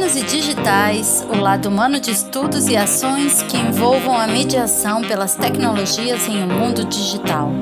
Humanos e Digitais, o lado humano de estudos e ações que envolvam a mediação pelas tecnologias em um mundo digital.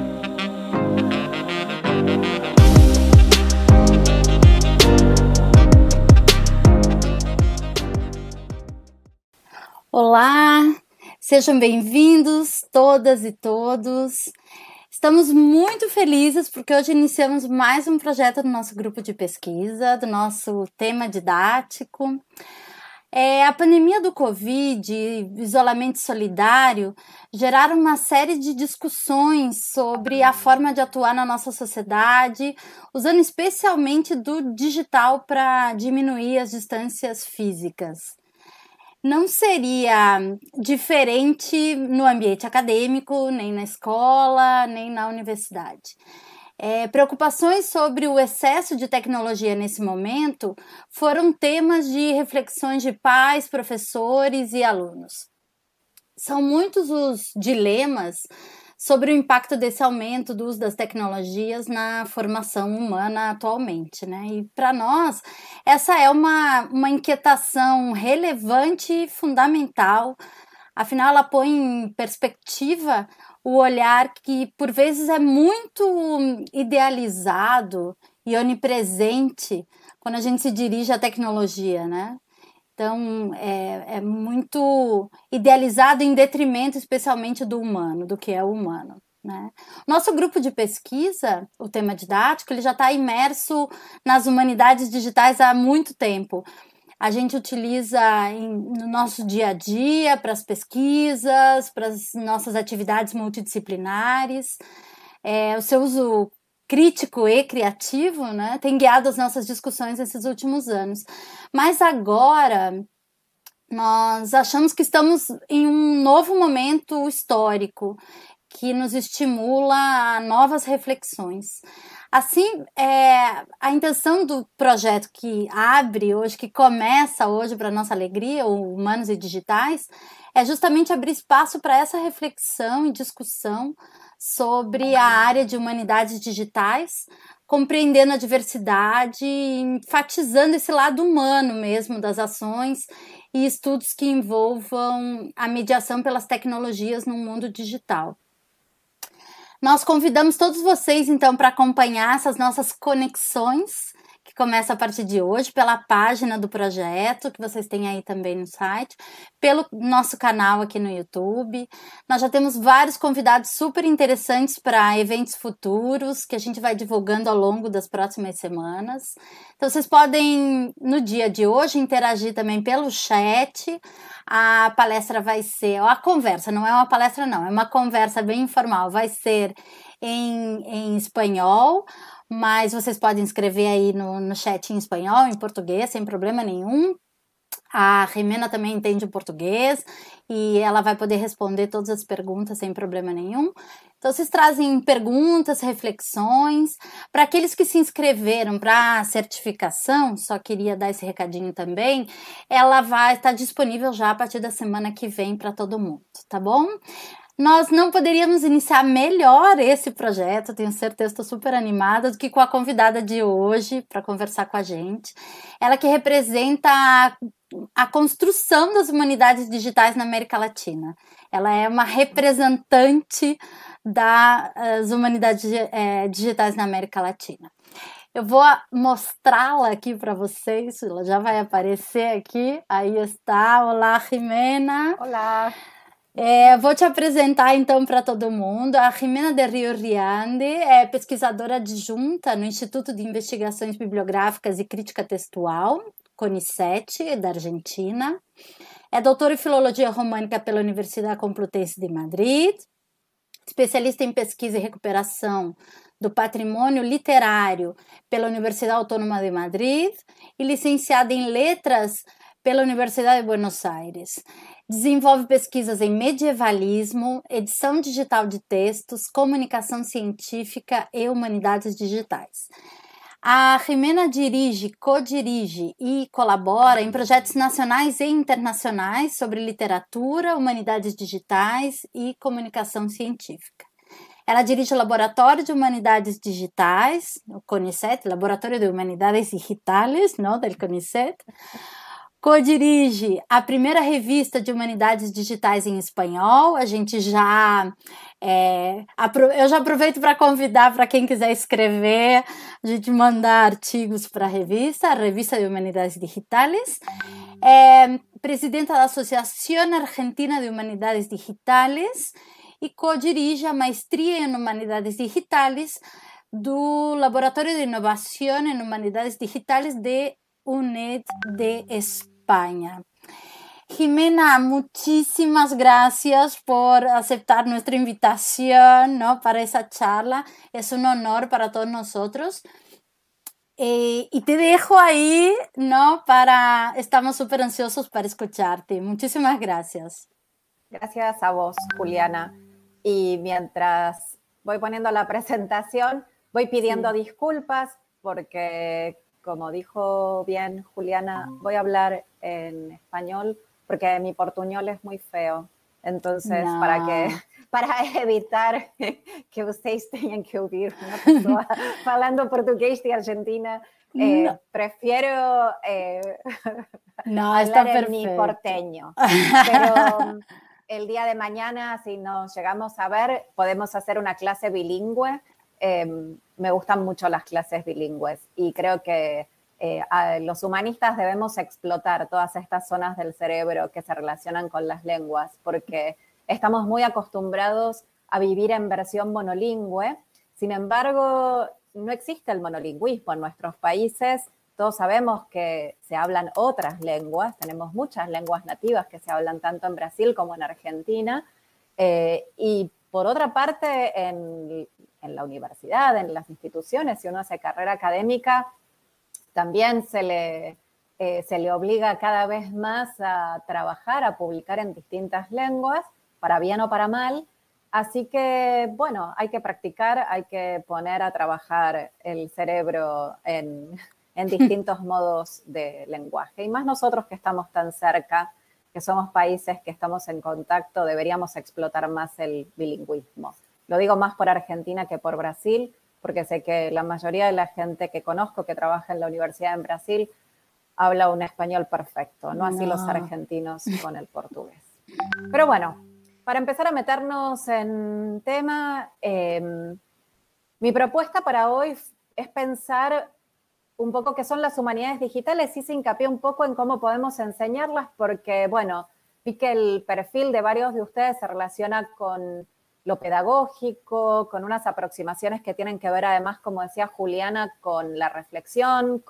Olá, sejam bem-vindos todas e todos. Estamos muito felizes porque hoje iniciamos mais um projeto do nosso grupo de pesquisa, do nosso tema didático. A pandemia do Covid e isolamento solidário geraram uma série de discussões sobre a forma de atuar na nossa sociedade, usando especialmente do digital para diminuir as distâncias físicas. Não seria diferente no ambiente acadêmico, nem na escola, nem na universidade. Preocupações sobre o excesso de tecnologia nesse momento foram temas de reflexões de pais, professores e alunos. São muitos os dilemas sobre o impacto desse aumento do uso das tecnologias na formação humana atualmente, né? E para nós, essa é uma inquietação relevante e fundamental, afinal ela põe em perspectiva o olhar que por vezes é muito idealizado e onipresente quando a gente se dirige à tecnologia, né? Então, é muito idealizado em detrimento, especialmente do humano, do que é o humano, né? Nosso grupo de pesquisa, o tema didático, ele já está imerso nas humanidades digitais há muito tempo. A gente utiliza no nosso dia a dia, para as pesquisas, para as nossas atividades multidisciplinares. O seu uso crítico e criativo, né, tem guiado as nossas discussões nesses últimos anos. Mas agora nós achamos que estamos em um novo momento histórico que nos estimula a novas reflexões. Assim, a intenção do projeto que abre hoje, que começa hoje para nossa alegria, o Humanos e Digitais, é justamente abrir espaço para essa reflexão e discussão sobre a área de humanidades digitais, compreendendo a diversidade, enfatizando esse lado humano mesmo das ações e estudos que envolvam a mediação pelas tecnologias no mundo digital. Nós convidamos todos vocês, então, para acompanhar essas nossas conexões, que começa a partir de hoje, pela página do projeto, que vocês têm aí também no site, pelo nosso canal aqui no YouTube. Nós já temos vários convidados super interessantes para eventos futuros, que a gente vai divulgando ao longo das próximas semanas. Então, vocês podem, no dia de hoje, interagir também pelo chat. A palestra vai ser, a conversa, não é uma palestra não, é uma conversa bem informal, vai ser em espanhol, mas vocês podem escrever aí no chat em espanhol, em português, sem problema nenhum. A Jimena também entende o português e ela vai poder responder todas as perguntas sem problema nenhum. Então, vocês trazem perguntas, reflexões. Para aqueles que se inscreveram para a certificação, só queria dar esse recadinho também, ela vai estar disponível já a partir da semana que vem para todo mundo, tá bom? Nós não poderíamos iniciar melhor esse projeto, tenho certeza, estou super animada, do que com a convidada de hoje para conversar com a gente. Ela que representa a construção das humanidades digitais na América Latina. Ela é uma representante das humanidades digitais na América Latina. Eu vou mostrá-la aqui para vocês, ela já vai aparecer aqui. Aí está. Olá, Jimena. Olá. Vou te apresentar então para todo mundo. A Jimena de Rio Riande é pesquisadora adjunta no Instituto de Investigações Bibliográficas e Crítica Textual, CONICET, da Argentina. É doutora em Filologia Românica pela Universidade Complutense de Madrid, especialista em pesquisa e recuperação do patrimônio literário pela Universidade Autônoma de Madrid e licenciada em Letras pela Universidade de Buenos Aires. Desenvolve pesquisas em medievalismo, edição digital de textos, comunicação científica e humanidades digitais. A Jimena dirige, co-dirige e colabora em projetos nacionais e internacionais sobre literatura, humanidades digitais e comunicação científica. Ela dirige o Laboratório de Humanidades Digitais, o CONICET, Laboratório de Humanidades Digitales, não, del CONICET, co-dirige a primeira revista de humanidades digitais em espanhol. A gente já... eu já aproveito para convidar para quem quiser escrever, a gente mandar artigos para a Revista de Humanidades Digitales. É presidenta da Associação Argentina de Humanidades Digitales e co-dirige a maestria em Humanidades Digitales do Laboratório de Inovação em Humanidades Digitales de UNED de España. Jimena, muchísimas gracias por aceptar nuestra invitación, ¿no?, para esa charla. Es un honor para todos nosotros. Y te dejo ahí, ¿no? Estamos súper ansiosos para escucharte. Muchísimas gracias. Gracias a vos, Juliana. Y mientras voy poniendo la presentación, voy pidiendo disculpas porque, como dijo bien Juliana, voy a hablar en español porque mi portuñol es muy feo. Entonces, para evitar que ustedes tengan que oír una persona hablando portugués de Argentina, prefiero hablar en mi porteño. Pero el día de mañana, si nos llegamos a ver, podemos hacer una clase bilingüe. Me gustan mucho las clases bilingües y creo que los humanistas debemos explotar todas estas zonas del cerebro que se relacionan con las lenguas, porque estamos muy acostumbrados a vivir en versión monolingüe. Sin embargo, no existe el monolingüismo en nuestros países. Todos sabemos que se hablan otras lenguas, tenemos muchas lenguas nativas que se hablan tanto en Brasil como en Argentina. Y por otra parte, en la universidad, en las instituciones, si uno hace carrera académica, también se le obliga cada vez más a trabajar, a publicar en distintas lenguas, para bien o para mal. Así que, bueno, hay que practicar, hay que poner a trabajar el cerebro en distintos modos de lenguaje. Y más nosotros que estamos tan cerca, que somos países que estamos en contacto, deberíamos explotar más el bilingüismo. Lo digo más por Argentina que por Brasil, porque sé que la mayoría de la gente que conozco que trabaja en la universidad en Brasil habla un español perfecto, no así los argentinos con el portugués. Pero bueno, para empezar a meternos en tema, mi propuesta para hoy es pensar un poco qué son las humanidades digitales y se hincapié un poco en cómo podemos enseñarlas, porque, bueno, vi que el perfil de varios de ustedes se relaciona con lo pedagógico, con unas aproximaciones que tienen que ver además, como decía Juliana, con la reflexión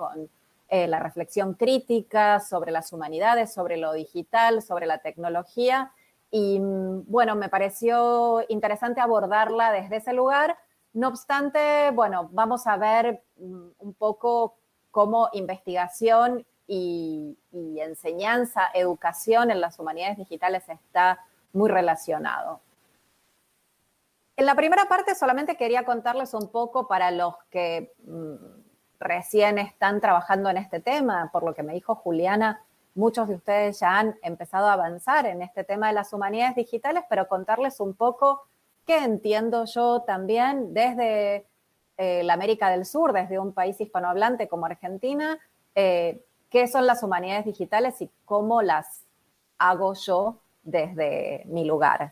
crítica sobre las humanidades, sobre lo digital, sobre la tecnología. Y bueno, me pareció interesante abordarla desde ese lugar. No obstante, bueno, vamos a ver un poco cómo investigación y enseñanza, educación en las humanidades digitales está muy relacionado. En la primera parte solamente quería contarles un poco para los que recién están trabajando en este tema, por lo que me dijo Juliana, muchos de ustedes ya han empezado a avanzar en este tema de las humanidades digitales, pero contarles un poco qué entiendo yo también desde la América del Sur, desde un país hispanohablante como Argentina, qué son las humanidades digitales y cómo las hago yo desde mi lugar.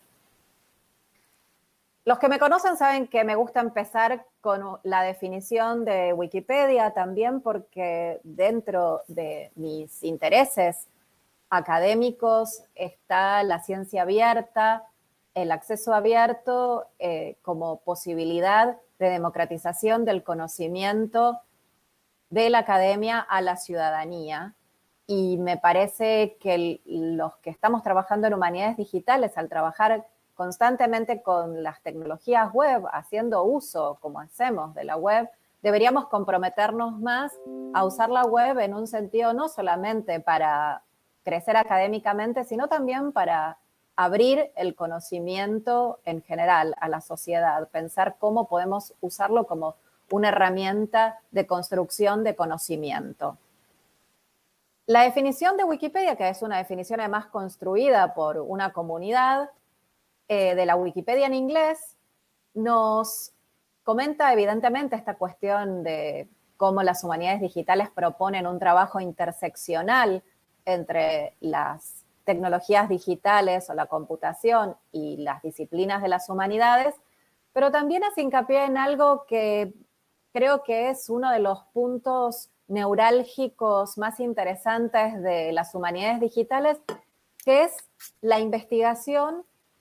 Los que me conocen saben que me gusta empezar con la definición de Wikipedia también porque dentro de mis intereses académicos está la ciencia abierta, el acceso abierto como posibilidad de democratización del conocimiento de la academia a la ciudadanía. Y me parece que los que estamos trabajando en humanidades digitales, al trabajar constantemente con las tecnologías web, haciendo uso, como hacemos, de la web, deberíamos comprometernos más a usar la web en un sentido no solamente para crecer académicamente, sino también para abrir el conocimiento en general a la sociedad, pensar cómo podemos usarlo como una herramienta de construcción de conocimiento. La definición de Wikipedia, que es una definición además construida por una comunidad, de la Wikipedia en inglés, nos comenta evidentemente esta cuestión de cómo las humanidades digitales proponen un trabajo interseccional entre las tecnologías digitales o la computación y las disciplinas de las humanidades, pero también hace hincapié en algo que creo que es uno de los puntos neurálgicos más interesantes de las humanidades digitales, que es la investigación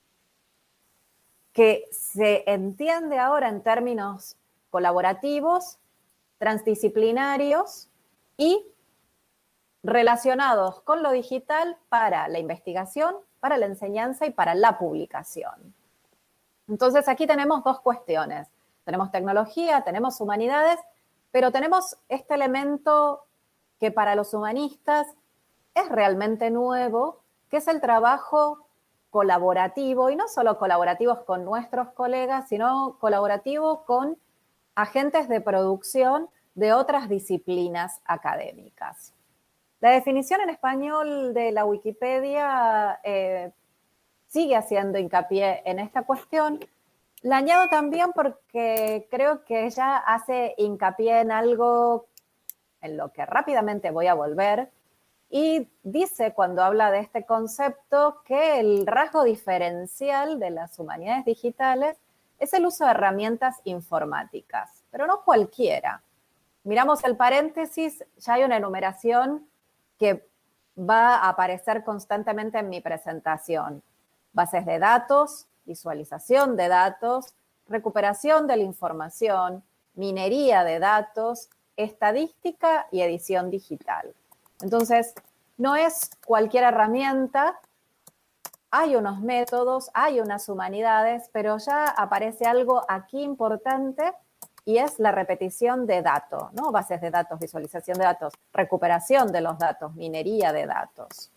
que se entiende ahora en términos colaborativos, transdisciplinarios y relacionados con lo digital para la investigación, para la enseñanza y para la publicación. Entonces aquí tenemos dos cuestiones. Tenemos tecnología, tenemos humanidades, pero tenemos este elemento que para los humanistas es realmente nuevo, que es el trabajo colaborativo, y no solo colaborativos con nuestros colegas, sino colaborativo con agentes de producción de otras disciplinas académicas. La definición en español de la Wikipedia sigue haciendo hincapié en esta cuestión. La añado también porque creo que ella hace hincapié en algo en lo que rápidamente voy a volver, y dice cuando habla de este concepto que el rasgo diferencial de las humanidades digitales es el uso de herramientas informáticas, pero no cualquiera. Miramos el paréntesis, ya hay una enumeración que va a aparecer constantemente en mi presentación. Bases de datos, visualización de datos, recuperación de la información, minería de datos, estadística y edición digital. Entonces, no es cualquier herramienta, hay unos métodos, hay unas humanidades, pero ya aparece algo aquí importante y es la repetición de datos, ¿no? Bases de datos, visualización de datos, recuperación de los datos, minería de datos.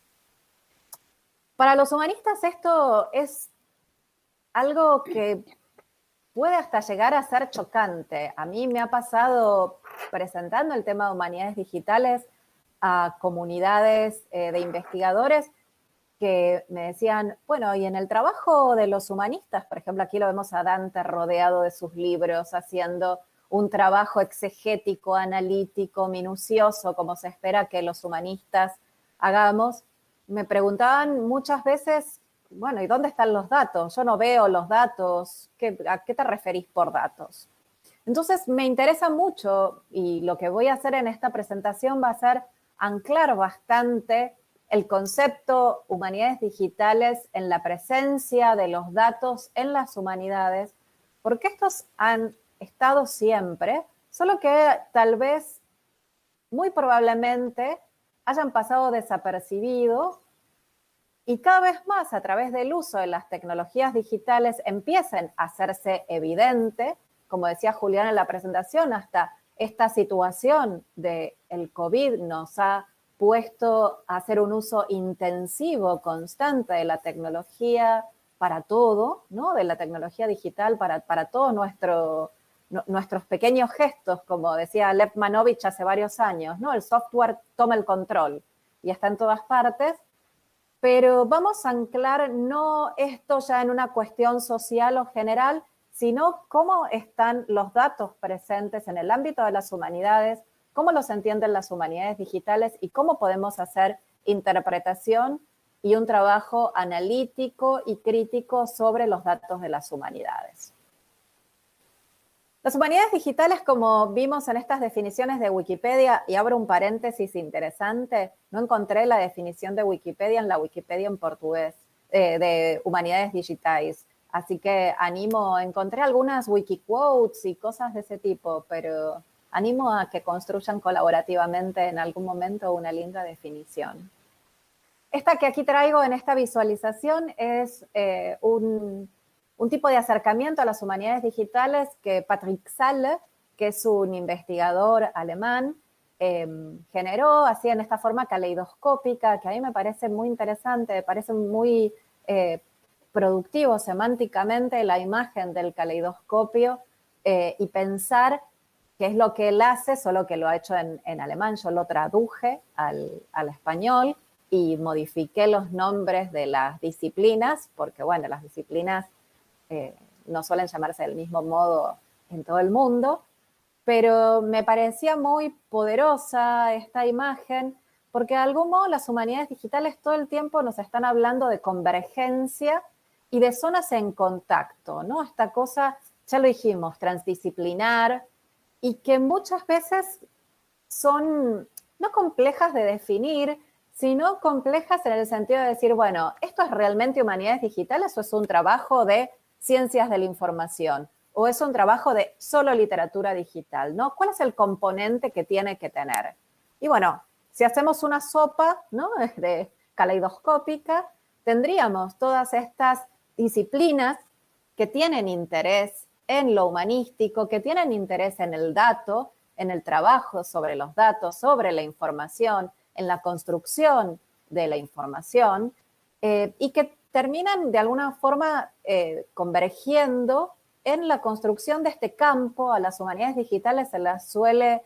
Para los humanistas esto es algo que puede hasta llegar a ser chocante. A mí me ha pasado presentando el tema de humanidades digitales a comunidades de investigadores que me decían, bueno, y en el trabajo de los humanistas, por ejemplo, aquí lo vemos a Dante rodeado de sus libros, haciendo un trabajo exegético, analítico, minucioso, como se espera que los humanistas hagamos. Me preguntaban muchas veces, bueno, ¿y dónde están los datos? Yo no veo los datos. ¿A qué te referís por datos? Entonces, me interesa mucho, y lo que voy a hacer en esta presentación va a ser anclar bastante el concepto humanidades digitales en la presencia de los datos en las humanidades, porque estos han estado siempre, solo que tal vez, muy probablemente, hayan pasado desapercibidos y cada vez más a través del uso de las tecnologías digitales empiecen a hacerse evidente, como decía Julián en la presentación, hasta esta situación del COVID nos ha puesto a hacer un uso intensivo, constante de la tecnología para todo, ¿no? De la tecnología digital para todos nuestros pequeños gestos, como decía Lev Manovich hace varios años, ¿no? El software toma el control y está en todas partes, pero vamos a anclar no esto ya en una cuestión social o general, sino cómo están los datos presentes en el ámbito de las humanidades, cómo los entienden las humanidades digitales y cómo podemos hacer interpretación y un trabajo analítico y crítico sobre los datos de las humanidades. Las humanidades digitales, como vimos en estas definiciones de Wikipedia, y abro un paréntesis interesante, no encontré la definición de Wikipedia en la Wikipedia en portugués, de humanidades digitales. Así que encontré algunas wikiquotes y cosas de ese tipo, pero animo a que construyan colaborativamente en algún momento una linda definición. Esta que aquí traigo en esta visualización es un tipo de acercamiento a las humanidades digitales que Patrick Salle, que es un investigador alemán, generó así en esta forma caleidoscópica, que a mí me parece muy interesante, me parece muy productivo semánticamente la imagen del caleidoscopio y pensar qué es lo que él hace, solo que lo ha hecho en alemán. Yo lo traduje al español y modifiqué los nombres de las disciplinas, porque bueno, las disciplinas no suelen llamarse del mismo modo en todo el mundo, pero me parecía muy poderosa esta imagen porque de algún modo las humanidades digitales todo el tiempo nos están hablando de convergencia y de zonas en contacto, ¿no? Esta cosa, ya lo dijimos, transdisciplinar, y que muchas veces son no complejas de definir, sino complejas en el sentido de decir, bueno, ¿esto es realmente humanidades digitales o es un trabajo de ciencias de la información? ¿O es un trabajo de solo literatura digital? ¿No? ¿Cuál es el componente que tiene que tener? Y bueno, si hacemos una sopa, ¿no?, de caleidoscópica, tendríamos todas estas disciplinas que tienen interés en lo humanístico, que tienen interés en el dato, en el trabajo sobre los datos, sobre la información, en la construcción de la información, y que terminan de alguna forma convergiendo en la construcción de este campo. A las humanidades digitales se las suele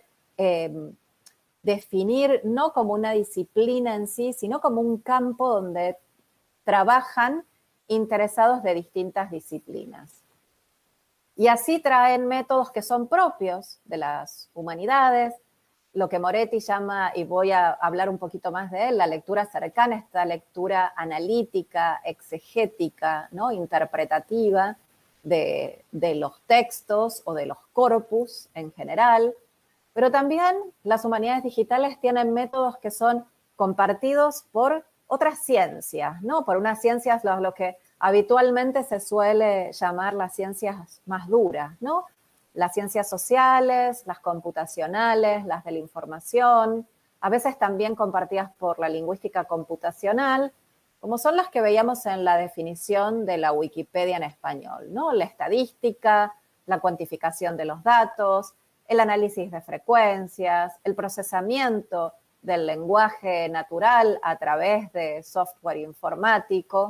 definir no como una disciplina en sí, sino como un campo donde trabajan interesados de distintas disciplinas. Y así traen métodos que son propios de las humanidades, lo que Moretti llama, y voy a hablar un poquito más de él, la lectura cercana, esta lectura analítica, exegética, ¿no?, interpretativa de los textos o de los corpus en general. Pero también las humanidades digitales tienen métodos que son compartidos por otras ciencias, ¿no? Por unas ciencias, lo que habitualmente se suele llamar las ciencias más duras, ¿no? Las ciencias sociales, las computacionales, las de la información, a veces también compartidas por la lingüística computacional, como son las que veíamos en la definición de la Wikipedia en español, ¿no? La estadística, la cuantificación de los datos, el análisis de frecuencias, el procesamiento del lenguaje natural a través de software informático,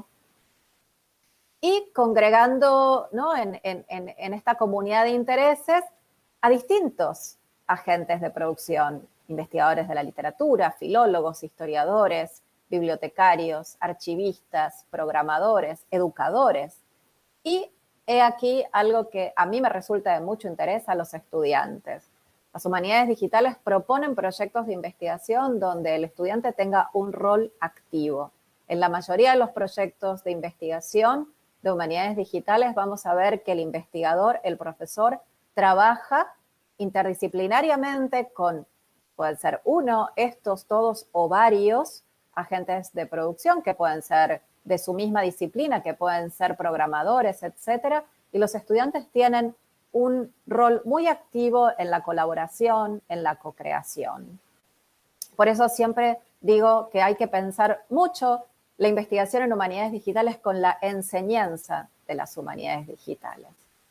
y congregando, ¿no?, en esta comunidad de intereses a distintos agentes de producción, investigadores de la literatura, filólogos, historiadores, bibliotecarios, archivistas, programadores, educadores. Y he aquí algo que a mí me resulta de mucho interés: a los estudiantes. Las humanidades digitales proponen proyectos de investigación donde el estudiante tenga un rol activo. En la mayoría de los proyectos de investigación de humanidades digitales vamos a ver que el investigador, el profesor, trabaja interdisciplinariamente con, pueden ser uno, estos, todos o varios agentes de producción que pueden ser de su misma disciplina, que pueden ser programadores, etcétera, y los estudiantes tienen un rol muy activo en la colaboración, en la co-creación. Por eso siempre digo que hay que pensar mucho la investigación en humanidades digitales con la enseñanza de las humanidades digitales.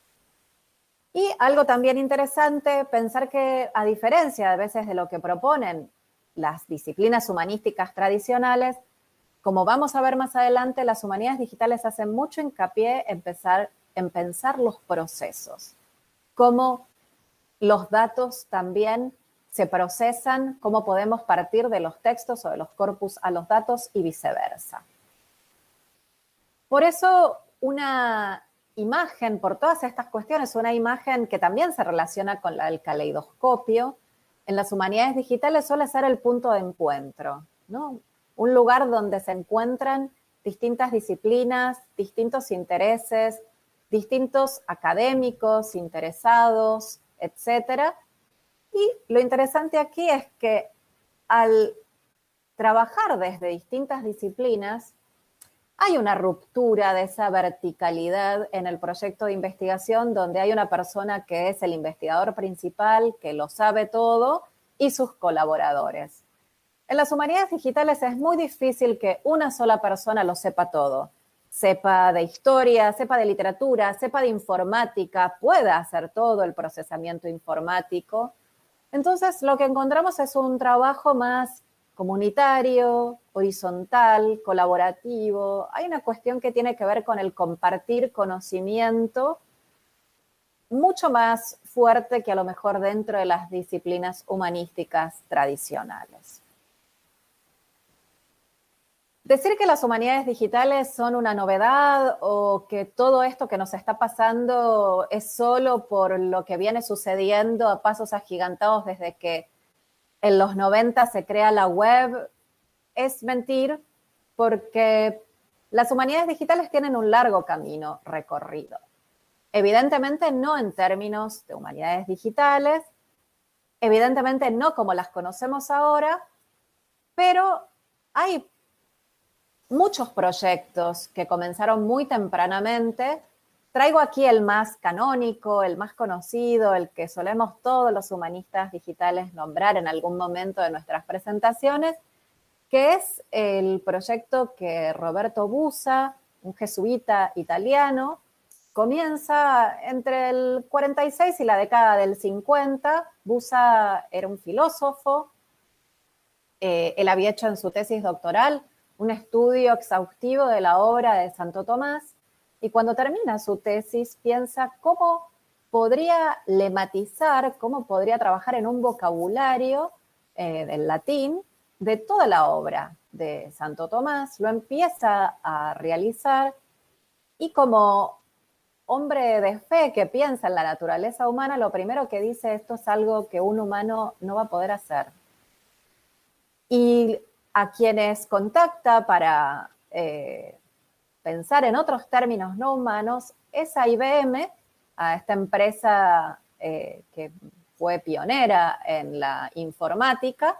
Y algo también interesante, pensar que, a diferencia de veces de lo que proponen las disciplinas humanísticas tradicionales, como vamos a ver más adelante, las humanidades digitales hacen mucho hincapié en pensar los procesos, cómo los datos también se procesan, cómo podemos partir de los textos o de los corpus a los datos y viceversa. Por eso una imagen, por todas estas cuestiones, una imagen que también se relaciona con el caleidoscopio, en las humanidades digitales suele ser el punto de encuentro, ¿no? Un lugar donde se encuentran distintas disciplinas, distintos intereses, distintos académicos, interesados, etcétera. Y lo interesante aquí es que al trabajar desde distintas disciplinas, hay una ruptura de esa verticalidad en el proyecto de investigación, donde hay una persona que es el investigador principal, que lo sabe todo, y sus colaboradores. En las humanidades digitales es muy difícil que una sola persona lo sepa todo. Sepa de historia, sepa de literatura, sepa de informática, pueda hacer todo el procesamiento informático. Entonces, lo que encontramos es un trabajo más comunitario, horizontal, colaborativo. Hay una cuestión que tiene que ver con el compartir conocimiento mucho más fuerte que a lo mejor dentro de las disciplinas humanísticas tradicionales. Decir que las humanidades digitales son una novedad o que todo esto que nos está pasando es solo por lo que viene sucediendo a pasos agigantados desde que en los 90 se crea la web, es mentir porque las humanidades digitales tienen un largo camino recorrido. Evidentemente no en términos de humanidades digitales, evidentemente no como las conocemos ahora, pero hay muchos proyectos que comenzaron muy tempranamente. Traigo aquí el más canónico, el más conocido, el que solemos todos los humanistas digitales nombrar en algún momento de nuestras presentaciones, que es el proyecto que Roberto Busa, un jesuita italiano, comienza entre el 46 y la década del 50. Busa era un filósofo. Él había hecho en su tesis doctoral un estudio exhaustivo de la obra de Santo Tomás, y cuando termina su tesis piensa cómo podría lematizar, cómo podría trabajar en un vocabulario del latín de toda la obra de Santo Tomás. Lo empieza a realizar y como hombre de fe que piensa en la naturaleza humana, lo primero que dice, esto es algo que un humano no va a poder hacer. Y a quienes contacta para pensar en otros términos no humanos es a IBM, a esta empresa que fue pionera en la informática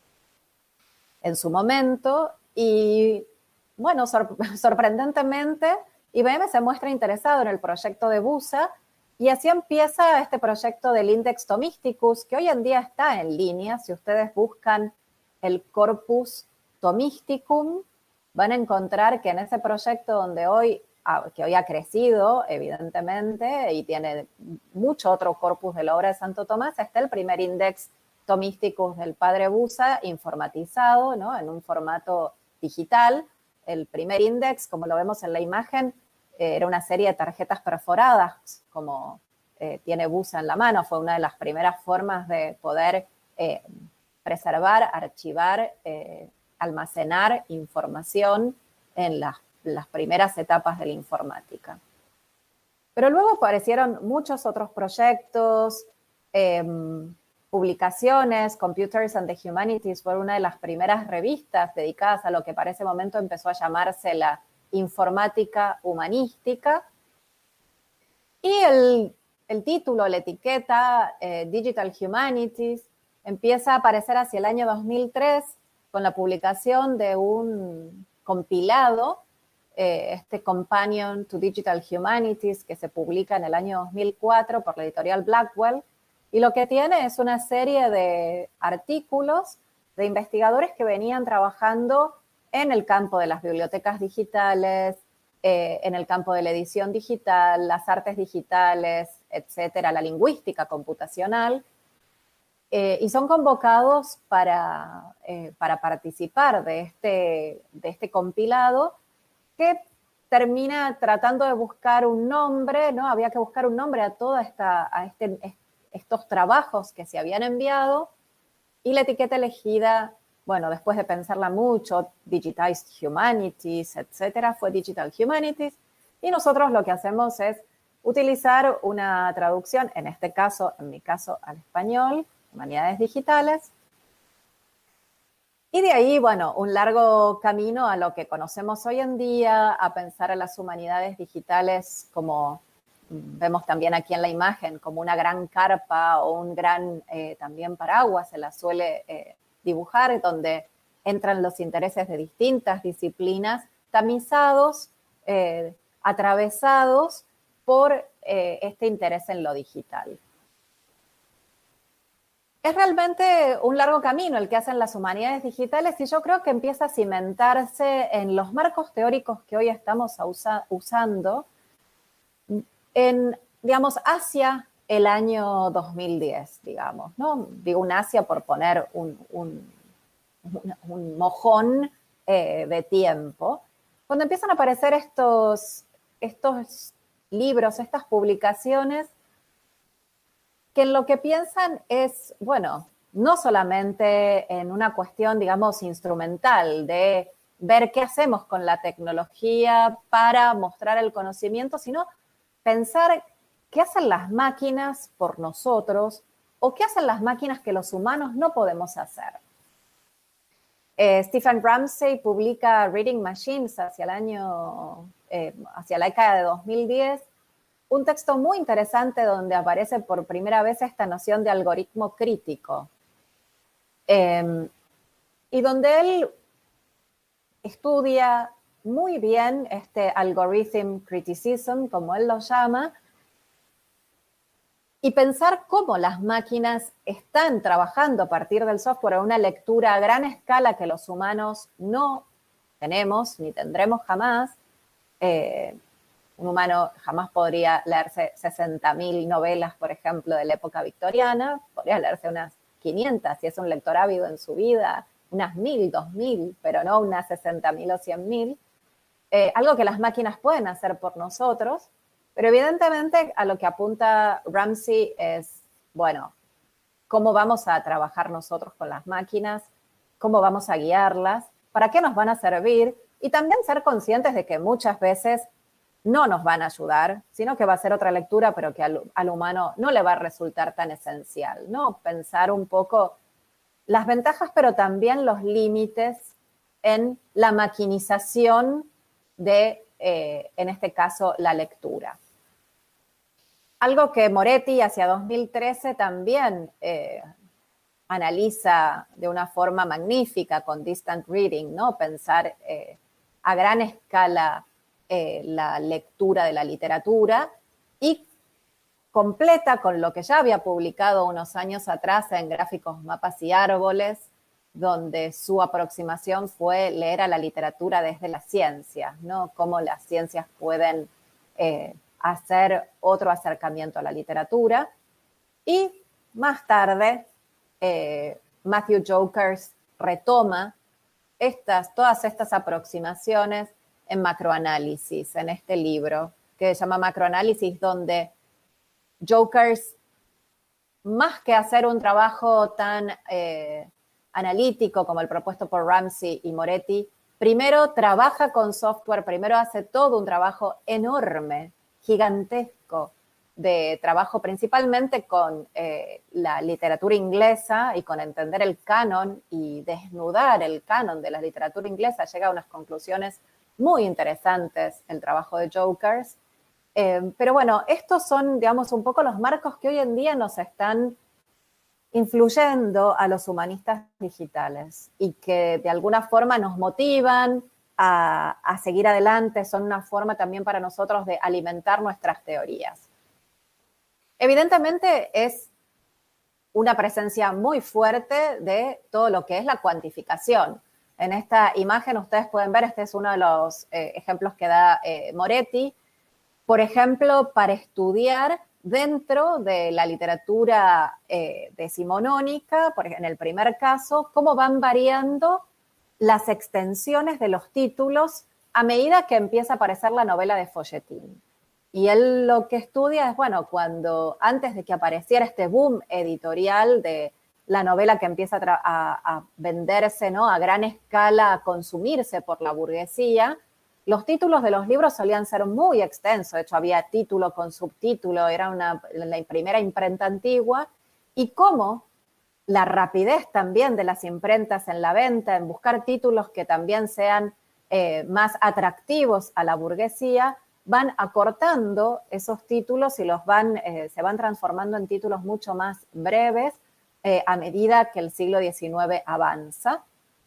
en su momento. Y bueno, sorprendentemente, IBM se muestra interesado en el proyecto de Busa, y así empieza este proyecto del Index Thomisticus, que hoy en día está en línea. Si ustedes buscan el Corpus Thomisticum, van a encontrar que en ese proyecto que hoy ha crecido, evidentemente, y tiene mucho otro corpus de la obra de Santo Tomás, está el primer Index Thomisticus del padre Busa, informatizado, ¿no?, en un formato digital. El primer index, como lo vemos en la imagen, era una serie de tarjetas perforadas, como tiene Busa en la mano. Fue una de las primeras formas de poder preservar, archivar, almacenar información en las primeras etapas de la informática. Pero luego aparecieron muchos otros proyectos, publicaciones. Computers and the Humanities fue una de las primeras revistas dedicadas a lo que para ese momento empezó a llamarse la informática humanística. Y el título, la etiqueta Digital Humanities, empieza a aparecer hacia el año 2003 con la publicación de un compilado, este Companion to Digital Humanities, que se publica en el año 2004 por la editorial Blackwell, y lo que tiene es una serie de artículos de investigadores que venían trabajando en el campo de las bibliotecas digitales, en el campo de la edición digital, las artes digitales, etcétera, la lingüística computacional, y son convocados para participar de este compilado, que termina tratando de buscar un nombre, ¿no? Había que buscar un nombre a estos trabajos que se habían enviado, y la etiqueta elegida, bueno, después de pensarla mucho, Digitized Humanities, etcétera, fue Digital Humanities. Y nosotros lo que hacemos es utilizar una traducción, en este caso, en mi caso, al español, Humanidades Digitales. Y de ahí, bueno, un largo camino a lo que conocemos hoy en día, a pensar en las humanidades digitales como vemos también aquí en la imagen, como una gran carpa o un gran también paraguas, se la suele dibujar, donde entran los intereses de distintas disciplinas, tamizados, atravesados por este interés en lo digital. Es realmente un largo camino el que hacen las humanidades digitales, y yo creo que empieza a cimentarse en los marcos teóricos que hoy estamos usando, digamos, hacia el año 2010, digamos, ¿no? Digo un hacia por poner un mojón de tiempo, cuando empiezan a aparecer estos libros, estas publicaciones, que en lo que piensan es, bueno, no solamente en una cuestión, digamos, instrumental de ver qué hacemos con la tecnología para mostrar el conocimiento, sino pensar qué hacen las máquinas por nosotros o qué hacen las máquinas que los humanos no podemos hacer. Stephen Ramsey publica Reading Machines hacia la década de 2010, un texto muy interesante donde aparece por primera vez esta noción de algoritmo crítico. Y donde él estudia muy bien este algorithm criticism, como él lo llama, y pensar cómo las máquinas están trabajando a partir del software en una lectura a gran escala que los humanos no tenemos ni tendremos jamás. Un humano jamás podría leerse 60.000 novelas, por ejemplo, de la época victoriana. Podría leerse unas 500 si es un lector ávido en su vida, unas 1.000, 2.000, pero no unas 60.000 o 100.000. Algo que las máquinas pueden hacer por nosotros, pero evidentemente a lo que apunta Ramsey es, bueno, ¿cómo vamos a trabajar nosotros con las máquinas? ¿Cómo vamos a guiarlas? ¿Para qué nos van a servir? Y también ser conscientes de que muchas veces no nos van a ayudar, sino que va a ser otra lectura, pero que al humano no le va a resultar tan esencial, ¿no? Pensar un poco las ventajas, pero también los límites en la maquinización de, en este caso, la lectura. Algo que Moretti hacia 2013 también analiza de una forma magnífica con Distant Reading, ¿no? Pensar a gran escala la lectura de la literatura y completa con lo que ya había publicado unos años atrás en Gráficos, Mapas y Árboles, donde su aproximación fue leer a la literatura desde las ciencias, ¿no? Cómo las ciencias pueden hacer otro acercamiento a la literatura. Y más tarde, Matthew Jokers retoma todas estas aproximaciones en macroanálisis, en este libro que se llama Macroanálisis, donde Jokers, más que hacer un trabajo tan analítico como el propuesto por Ramsey y Moretti, primero trabaja con software, primero hace todo un trabajo enorme, gigantesco, de trabajo principalmente con la literatura inglesa y con entender el canon y desnudar el canon de la literatura inglesa. Llega a unas conclusiones muy interesantes el trabajo de Jokers. Pero bueno, estos son, digamos, un poco los marcos que hoy en día nos están influyendo a los humanistas digitales y que de alguna forma nos motivan a seguir adelante, son una forma también para nosotros de alimentar nuestras teorías. Evidentemente es una presencia muy fuerte de todo lo que es la cuantificación. En esta imagen ustedes pueden ver, este es uno de los ejemplos que da Moretti, por ejemplo, para estudiar dentro de la literatura decimonónica, en el primer caso, cómo van variando las extensiones de los títulos a medida que empieza a aparecer la novela de folletín. Y él lo que estudia es, bueno, antes de que apareciera este boom editorial de la novela que empieza a venderse, ¿no? A gran escala, a consumirse por la burguesía, los títulos de los libros solían ser muy extensos. De hecho, había título con subtítulo, era la primera imprenta antigua. Y cómo la rapidez también de las imprentas en la venta, en buscar títulos que también sean más atractivos a la burguesía, van acortando esos títulos y se van transformando en títulos mucho más breves a medida que el siglo XIX avanza.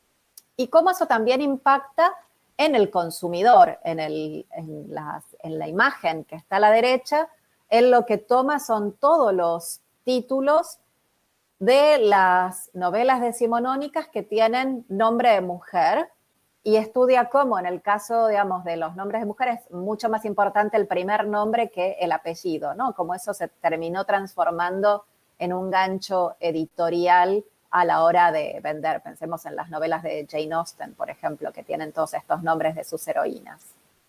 Y cómo eso también impacta en el consumidor, en la imagen que está a la derecha. Él lo que toma son todos los títulos de las novelas decimonónicas que tienen nombre de mujer y estudia cómo en el caso, digamos, de los nombres de mujeres es mucho más importante el primer nombre que el apellido, ¿no? Como eso se terminó transformando en un gancho editorial a la hora de vender. Pensemos en las novelas de Jane Austen, por ejemplo, que tienen todos estos nombres de sus heroínas.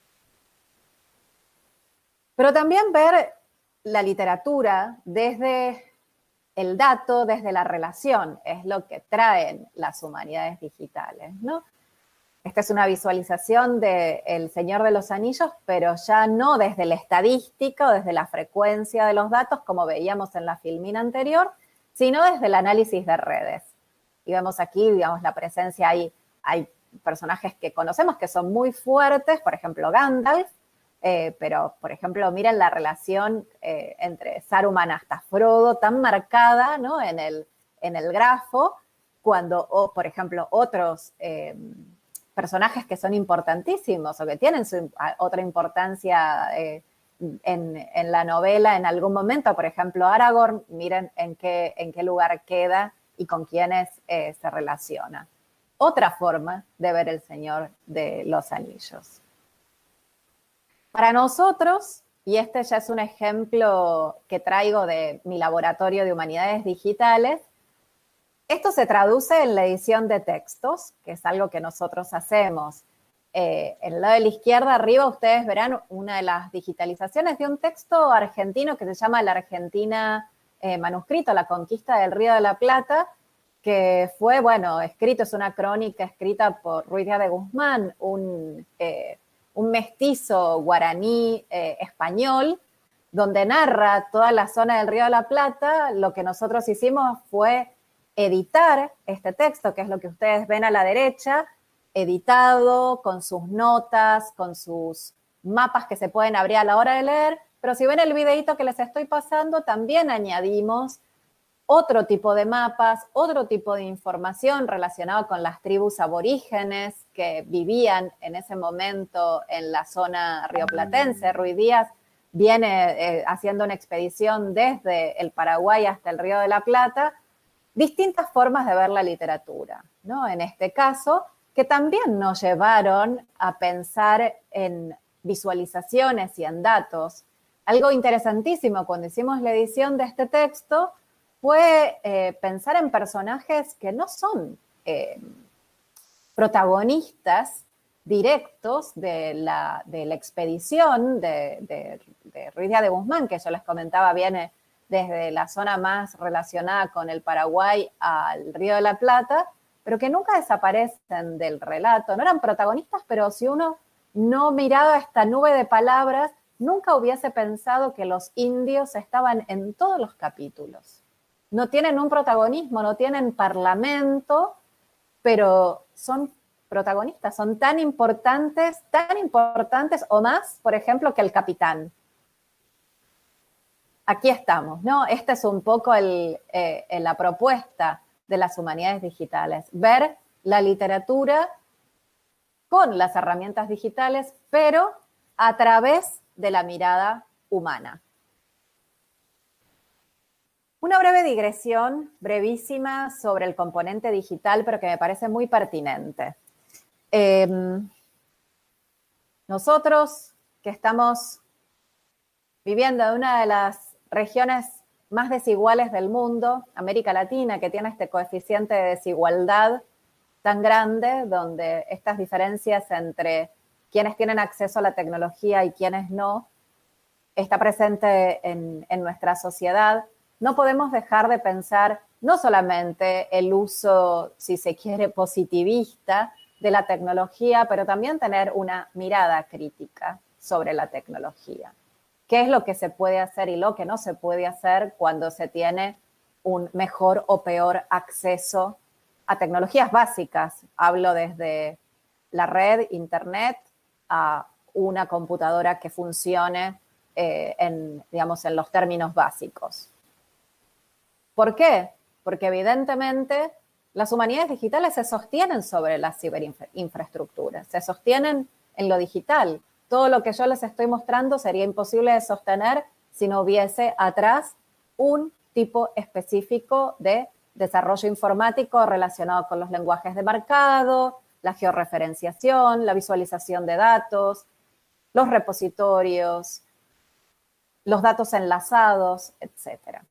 Pero también ver la literatura desde el dato, desde la relación, es lo que traen las humanidades digitales, ¿no? Esta es una visualización de El Señor de los Anillos, pero ya no desde la estadística o desde la frecuencia de los datos, como veíamos en la filmina anterior, sino desde el análisis de redes. Y vemos aquí, digamos, la presencia ahí hay personajes que conocemos que son muy fuertes, por ejemplo Gandalf, pero, por ejemplo, miren la relación entre Saruman hasta Frodo, tan marcada, ¿no? en el grafo, cuando, por ejemplo, otros personajes que son importantísimos o que tienen otra importancia en la novela en algún momento, por ejemplo, Aragorn, miren en qué lugar queda y con quiénes se relaciona. Otra forma de ver El Señor de los Anillos. Para nosotros, y este ya es un ejemplo que traigo de mi laboratorio de humanidades digitales, esto se traduce en la edición de textos, que es algo que nosotros hacemos. En el lado de la izquierda arriba ustedes verán una de las digitalizaciones de un texto argentino que se llama La Argentina manuscrito, La Conquista del Río de la Plata, que fue, bueno, escrito, es una crónica escrita por Ruiz Díaz de Guzmán, un mestizo guaraní español, donde narra toda la zona del Río de la Plata. Lo que nosotros hicimos fue editar este texto, que es lo que ustedes ven a la derecha, editado, con sus notas, con sus mapas que se pueden abrir a la hora de leer, pero si ven el videito que les estoy pasando, también añadimos otro tipo de mapas, otro tipo de información relacionada con las tribus aborígenes que vivían en ese momento en la zona rioplatense. Ruiz Díaz viene haciendo una expedición desde el Paraguay hasta el Río de la Plata, distintas formas de ver la literatura, ¿no? En este caso, que también nos llevaron a pensar en visualizaciones y en datos. Algo interesantísimo cuando hicimos la edición de este texto fue pensar en personajes que no son protagonistas directos de la expedición de Ruiz Díaz de Guzmán, que yo les comentaba viene desde la zona más relacionada con el Paraguay al Río de la Plata, pero que nunca desaparecen del relato. No eran protagonistas, pero si uno no miraba esta nube de palabras, nunca hubiese pensado que los indios estaban en todos los capítulos. No tienen un protagonismo, no tienen parlamento, pero son protagonistas, son tan importantes o más, por ejemplo, que el capitán. Aquí estamos, ¿no? Esta es un poco la propuesta de las humanidades digitales, ver la literatura con las herramientas digitales, pero a través de la mirada humana. Una breve digresión, brevísima, sobre el componente digital, pero que me parece muy pertinente. Nosotros, que estamos viviendo en una de las regiones más desiguales del mundo, América Latina, que tiene este coeficiente de desigualdad tan grande, donde estas diferencias entre quienes tienen acceso a la tecnología y quienes no, está presente en nuestra sociedad, no podemos dejar de pensar no solamente el uso, si se quiere, positivista de la tecnología, pero también tener una mirada crítica sobre la tecnología. ¿Qué es lo que se puede hacer y lo que no se puede hacer cuando se tiene un mejor o peor acceso a tecnologías básicas? Hablo desde la red, internet, a una computadora que funcione en los términos básicos. ¿Por qué? Porque evidentemente las humanidades digitales se sostienen sobre las ciberinfraestructuras, se sostienen en lo digital. Todo lo que yo les estoy mostrando sería imposible de sostener si no hubiese atrás un tipo específico de desarrollo informático relacionado con los lenguajes de marcado, la georreferenciación, la visualización de datos, los repositorios, los datos enlazados, etc.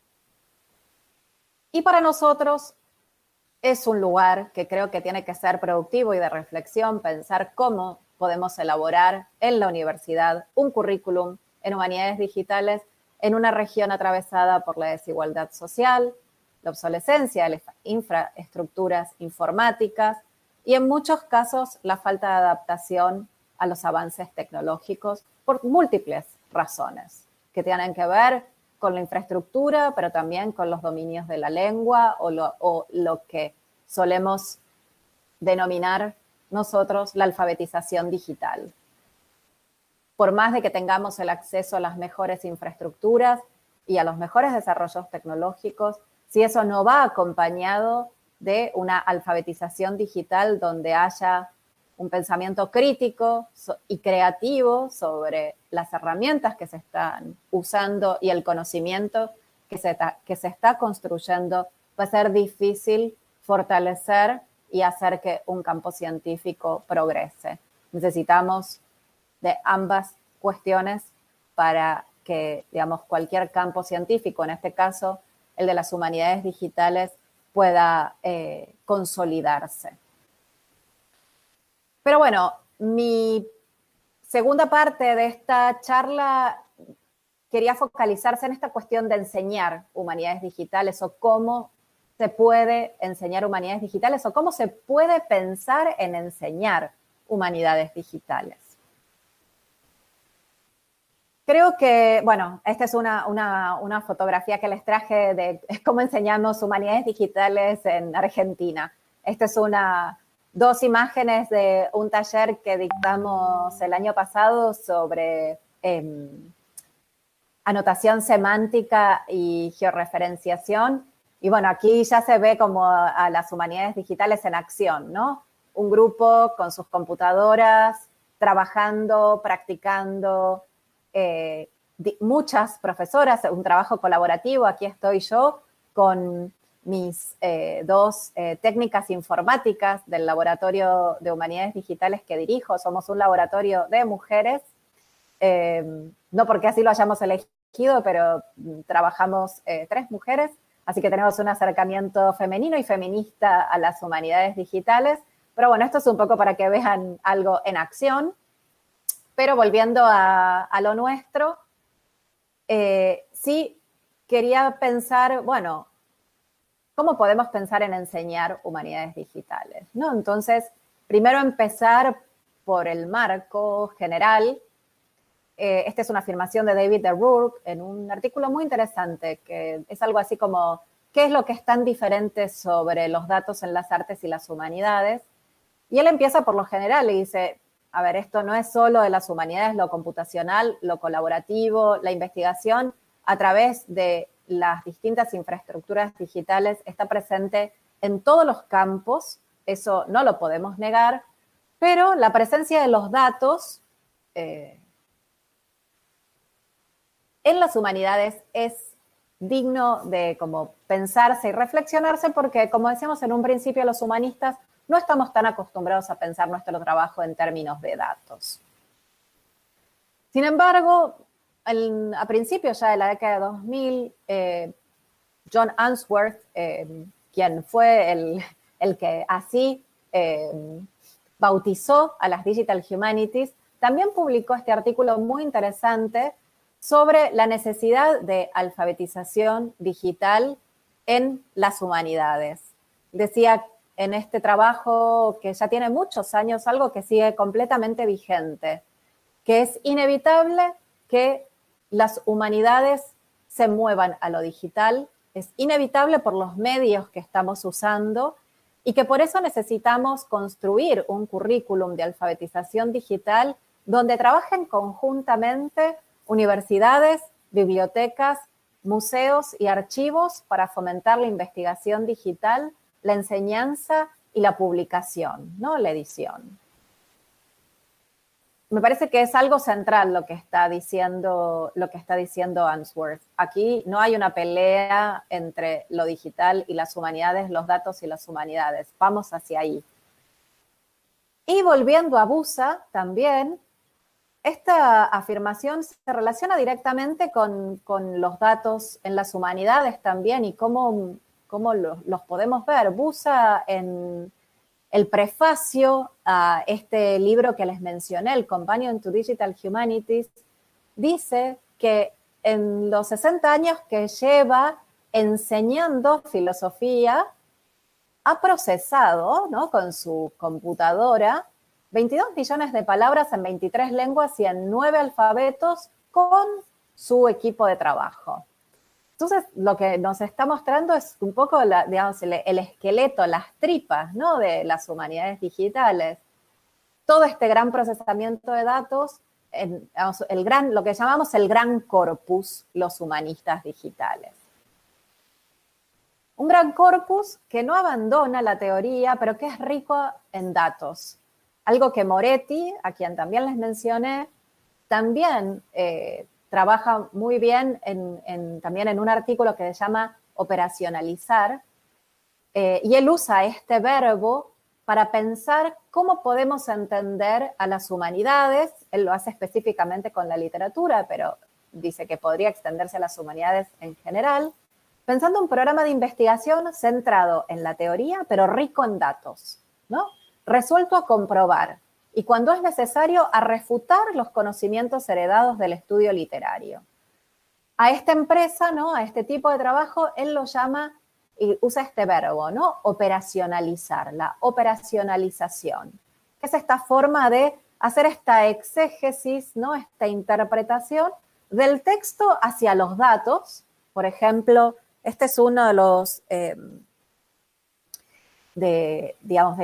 Y para nosotros es un lugar que creo que tiene que ser productivo y de reflexión, pensar cómo podemos elaborar en la universidad un currículum en humanidades digitales en una región atravesada por la desigualdad social, la obsolescencia de las infraestructuras informáticas y en muchos casos la falta de adaptación a los avances tecnológicos por múltiples razones que tienen que ver con la infraestructura, pero también con los dominios de la lengua o lo que solemos denominar nosotros la alfabetización digital. Por más de que tengamos el acceso a las mejores infraestructuras y a los mejores desarrollos tecnológicos, si eso no va acompañado de una alfabetización digital donde haya un pensamiento crítico y creativo sobre las herramientas que se están usando y el conocimiento que se está construyendo, va a ser difícil fortalecer y hacer que un campo científico progrese. Necesitamos de ambas cuestiones para que, digamos, cualquier campo científico, en este caso el de las humanidades digitales, pueda consolidarse. Pero bueno, mi segunda parte de esta charla quería focalizarse en esta cuestión de enseñar humanidades digitales o cómo se puede enseñar humanidades digitales o cómo se puede pensar en enseñar humanidades digitales. Creo que, bueno, esta es una fotografía que les traje de cómo enseñamos humanidades digitales en Argentina. Esta es dos imágenes de un taller que dictamos el año pasado sobre anotación semántica y georreferenciación. Y bueno, aquí ya se ve como a las humanidades digitales en acción, ¿no? Un grupo con sus computadoras, trabajando, practicando, muchas profesoras, un trabajo colaborativo. Aquí estoy yo con mis dos técnicas informáticas del Laboratorio de Humanidades Digitales que dirijo. Somos un laboratorio de mujeres, no porque así lo hayamos elegido, pero trabajamos 3 mujeres, así que tenemos un acercamiento femenino y feminista a las humanidades digitales. Pero bueno, esto es un poco para que vean algo en acción. Pero volviendo a lo nuestro, sí quería pensar, bueno, ¿cómo podemos pensar en enseñar humanidades digitales? ¿No? Entonces, primero empezar por el marco general. Esta es una afirmación de David O'Rourke en un artículo muy interesante, que es algo así como, ¿qué es lo que es tan diferente sobre los datos en las artes y las humanidades? Y él empieza por lo general y dice, a ver, esto no es solo de las humanidades, lo computacional, lo colaborativo, la investigación a través de las distintas infraestructuras digitales está presente en todos los campos, eso no lo podemos negar, pero la presencia de los datos en las humanidades es digno de como pensarse y reflexionarse porque, como decíamos en un principio, los humanistas no estamos tan acostumbrados a pensar nuestro trabajo en términos de datos. Sin embargo, a principios ya de la década de 2000, John Unsworth, quien fue el que así bautizó a las Digital Humanities, también publicó este artículo muy interesante sobre la necesidad de alfabetización digital en las humanidades. Decía en este trabajo que ya tiene muchos años, algo que sigue completamente vigente, que es inevitable que las humanidades se muevan a lo digital, es inevitable por los medios que estamos usando y que por eso necesitamos construir un currículum de alfabetización digital donde trabajen conjuntamente universidades, bibliotecas, museos y archivos para fomentar la investigación digital, la enseñanza y la publicación, ¿no? La edición. Me parece que es algo central lo que está diciendo Unsworth. Aquí no hay una pelea entre lo digital y las humanidades, los datos y las humanidades. Vamos hacia ahí. Y volviendo a Busa también, esta afirmación se relaciona directamente con los datos en las humanidades también y cómo los podemos ver. Busa en el prefacio a este libro que les mencioné, el Companion to Digital Humanities, dice que en los 60 años que lleva enseñando filosofía, ha procesado, ¿no?, con su computadora 22 millones de palabras en 23 lenguas y en 9 alfabetos con su equipo de trabajo. Entonces, lo que nos está mostrando es un poco, digamos, el esqueleto, las tripas, ¿no?, de las humanidades digitales. Todo este gran procesamiento de datos, digamos, lo que llamamos el gran corpus, los humanistas digitales. Un gran corpus que no abandona la teoría, pero que es rico en datos. Algo que Moretti, a quien también les mencioné, también trabaja muy bien también en un artículo que se llama operacionalizar, y él usa este verbo para pensar cómo podemos entender a las humanidades. Él lo hace específicamente con la literatura, pero dice que podría extenderse a las humanidades en general, pensando un programa de investigación centrado en la teoría, pero rico en datos, ¿no? Resuelto a comprobar, y cuando es necesario, a refutar los conocimientos heredados del estudio literario. A esta empresa, ¿no?, a este tipo de trabajo, él lo llama, y usa este verbo, ¿no?, operacionalizar, la operacionalización, que es esta forma de hacer esta exégesis, ¿no?, esta interpretación del texto hacia los datos. Por ejemplo, este es uno de los... de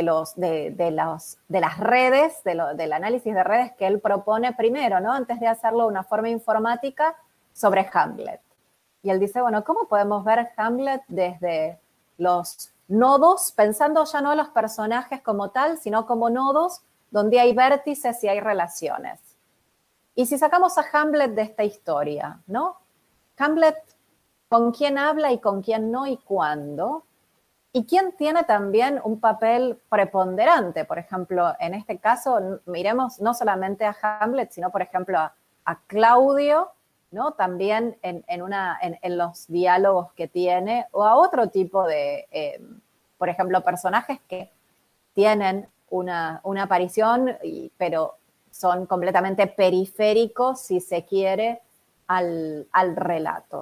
las redes, del análisis de redes que él propone primero, ¿no?, antes de hacerlo de una forma informática, sobre Hamlet. Y él dice, bueno, ¿cómo podemos ver Hamlet desde los nodos, pensando ya no en los personajes como tal, sino como nodos donde hay vértices y hay relaciones? Y si sacamos a Hamlet de esta historia, ¿no? Hamlet, ¿con quién habla y con quién no y cuándo? ¿Y quién tiene también un papel preponderante? Por ejemplo, en este caso, miremos no solamente a Hamlet, sino, por ejemplo, a Claudio, ¿no?, también en los diálogos que tiene, o a otro tipo de, por ejemplo, personajes que tienen una aparición, pero son completamente periféricos, si se quiere, al relato.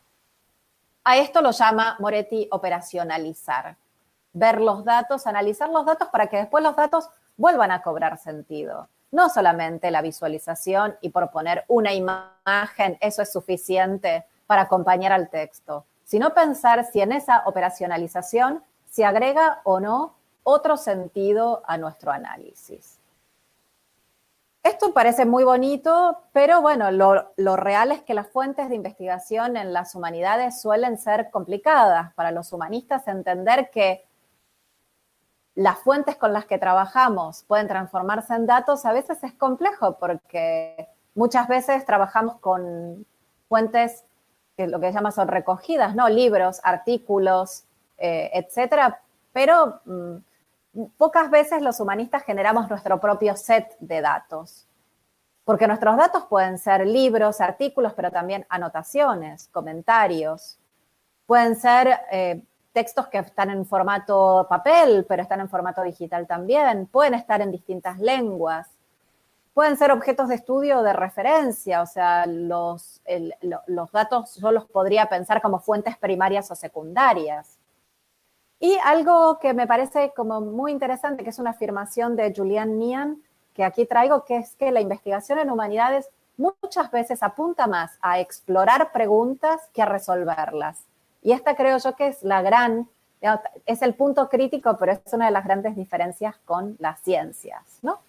A esto lo llama Moretti operacionalizar. Ver los datos, analizar los datos para que después los datos vuelvan a cobrar sentido. No solamente la visualización y por poner una imagen, eso es suficiente para acompañar al texto, sino pensar si en esa operacionalización se agrega o no otro sentido a nuestro análisis. Esto parece muy bonito, pero bueno, lo real es que las fuentes de investigación en las humanidades suelen ser complicadas. Para los humanistas, entender que las fuentes con las que trabajamos pueden transformarse en datos a veces es complejo, porque muchas veces trabajamos con fuentes que lo que se llama son recogidas, ¿no?, libros, artículos, etcétera, pero pocas veces los humanistas generamos nuestro propio set de datos, porque nuestros datos pueden ser libros, artículos, pero también anotaciones, comentarios. Pueden ser textos que están en formato papel, pero están en formato digital también. Pueden estar en distintas lenguas. Pueden ser objetos de estudio o de referencia, o sea, los datos yo los podría pensar como fuentes primarias o secundarias. Y algo que me parece como muy interesante, que es una afirmación de Julian Nian, que aquí traigo, que es que la investigación en humanidades muchas veces apunta más a explorar preguntas que a resolverlas. Y esta creo yo que es es el punto crítico, pero es una de las grandes diferencias con las ciencias, ¿no?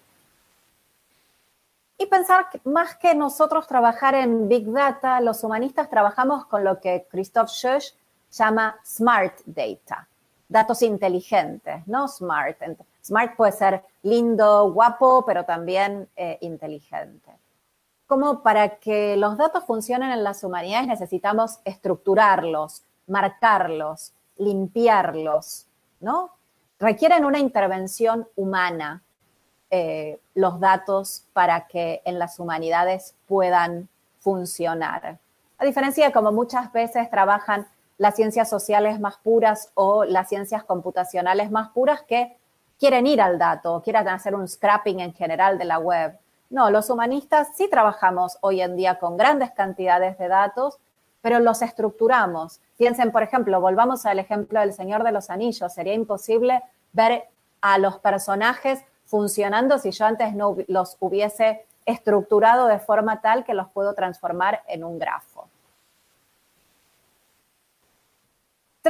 Y pensar que más que nosotros trabajar en Big Data, los humanistas trabajamos con lo que Christoph Schoch llama Smart Data. Datos inteligentes, ¿no? Smart. Smart puede ser lindo, guapo, pero también inteligente. Como para que los datos funcionen en las humanidades necesitamos estructurarlos, marcarlos, limpiarlos, ¿no? Requieren una intervención humana los datos para que en las humanidades puedan funcionar. A diferencia de como muchas veces trabajan las ciencias sociales más puras o las ciencias computacionales más puras, que quieren ir al dato, quieren hacer un scrapping en general de la web. No, los humanistas sí trabajamos hoy en día con grandes cantidades de datos, pero los estructuramos. Piensen, por ejemplo, volvamos al ejemplo del Señor de los Anillos. Sería imposible ver a los personajes funcionando si yo antes no los hubiese estructurado de forma tal que los puedo transformar en un grafo.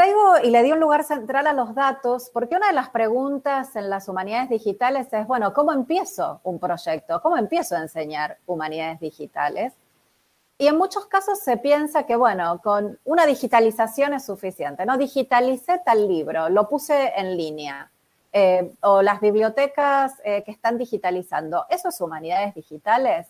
traigo y le di un lugar central a los datos porque una de las preguntas en las humanidades digitales es, bueno, ¿cómo empiezo un proyecto? ¿Cómo empiezo a enseñar humanidades digitales? Y en muchos casos se piensa que, bueno, con una digitalización es suficiente, ¿no? Digitalicé tal libro, lo puse en línea, o las bibliotecas que están digitalizando. ¿Eso es humanidades digitales?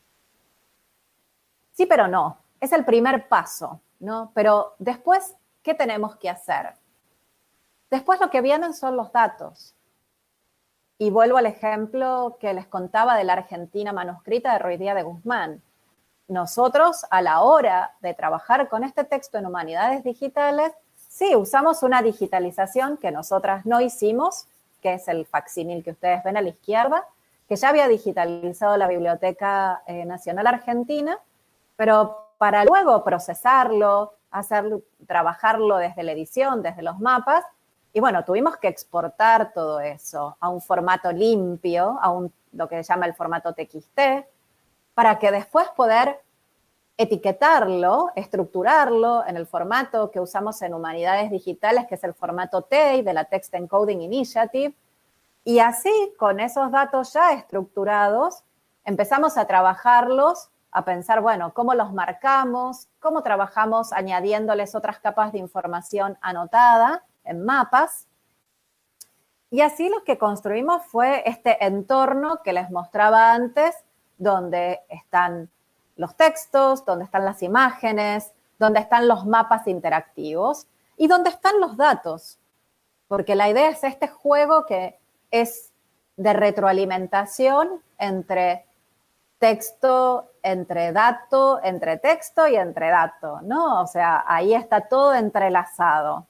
Sí, pero no. Es el primer paso, ¿no? Pero después, ¿qué tenemos que hacer? Después lo que vienen son los datos. Y vuelvo al ejemplo que les contaba de la Argentina manuscrita de Ruiz Díaz de Guzmán. Nosotros, a la hora de trabajar con este texto en humanidades digitales, sí, usamos una digitalización que nosotras no hicimos, que es el facsímil que ustedes ven a la izquierda, que ya había digitalizado la Biblioteca Nacional Argentina, pero para luego procesarlo, trabajarlo desde la edición, desde los mapas, y bueno, tuvimos que exportar todo eso a un formato limpio, lo que se llama el formato TXT, para que después poder etiquetarlo, estructurarlo en el formato que usamos en humanidades digitales, que es el formato TEI de la Text Encoding Initiative, y así, con esos datos ya estructurados, empezamos a trabajarlos, a pensar, bueno, cómo los marcamos, cómo trabajamos añadiéndoles otras capas de información anotada en mapas. Y así lo que construimos fue este entorno que les mostraba antes, donde están los textos, donde están las imágenes, donde están los mapas interactivos y donde están los datos. Porque la idea es este juego que es de retroalimentación entre texto, entre texto y entre dato, ¿no? O sea, ahí está todo entrelazado.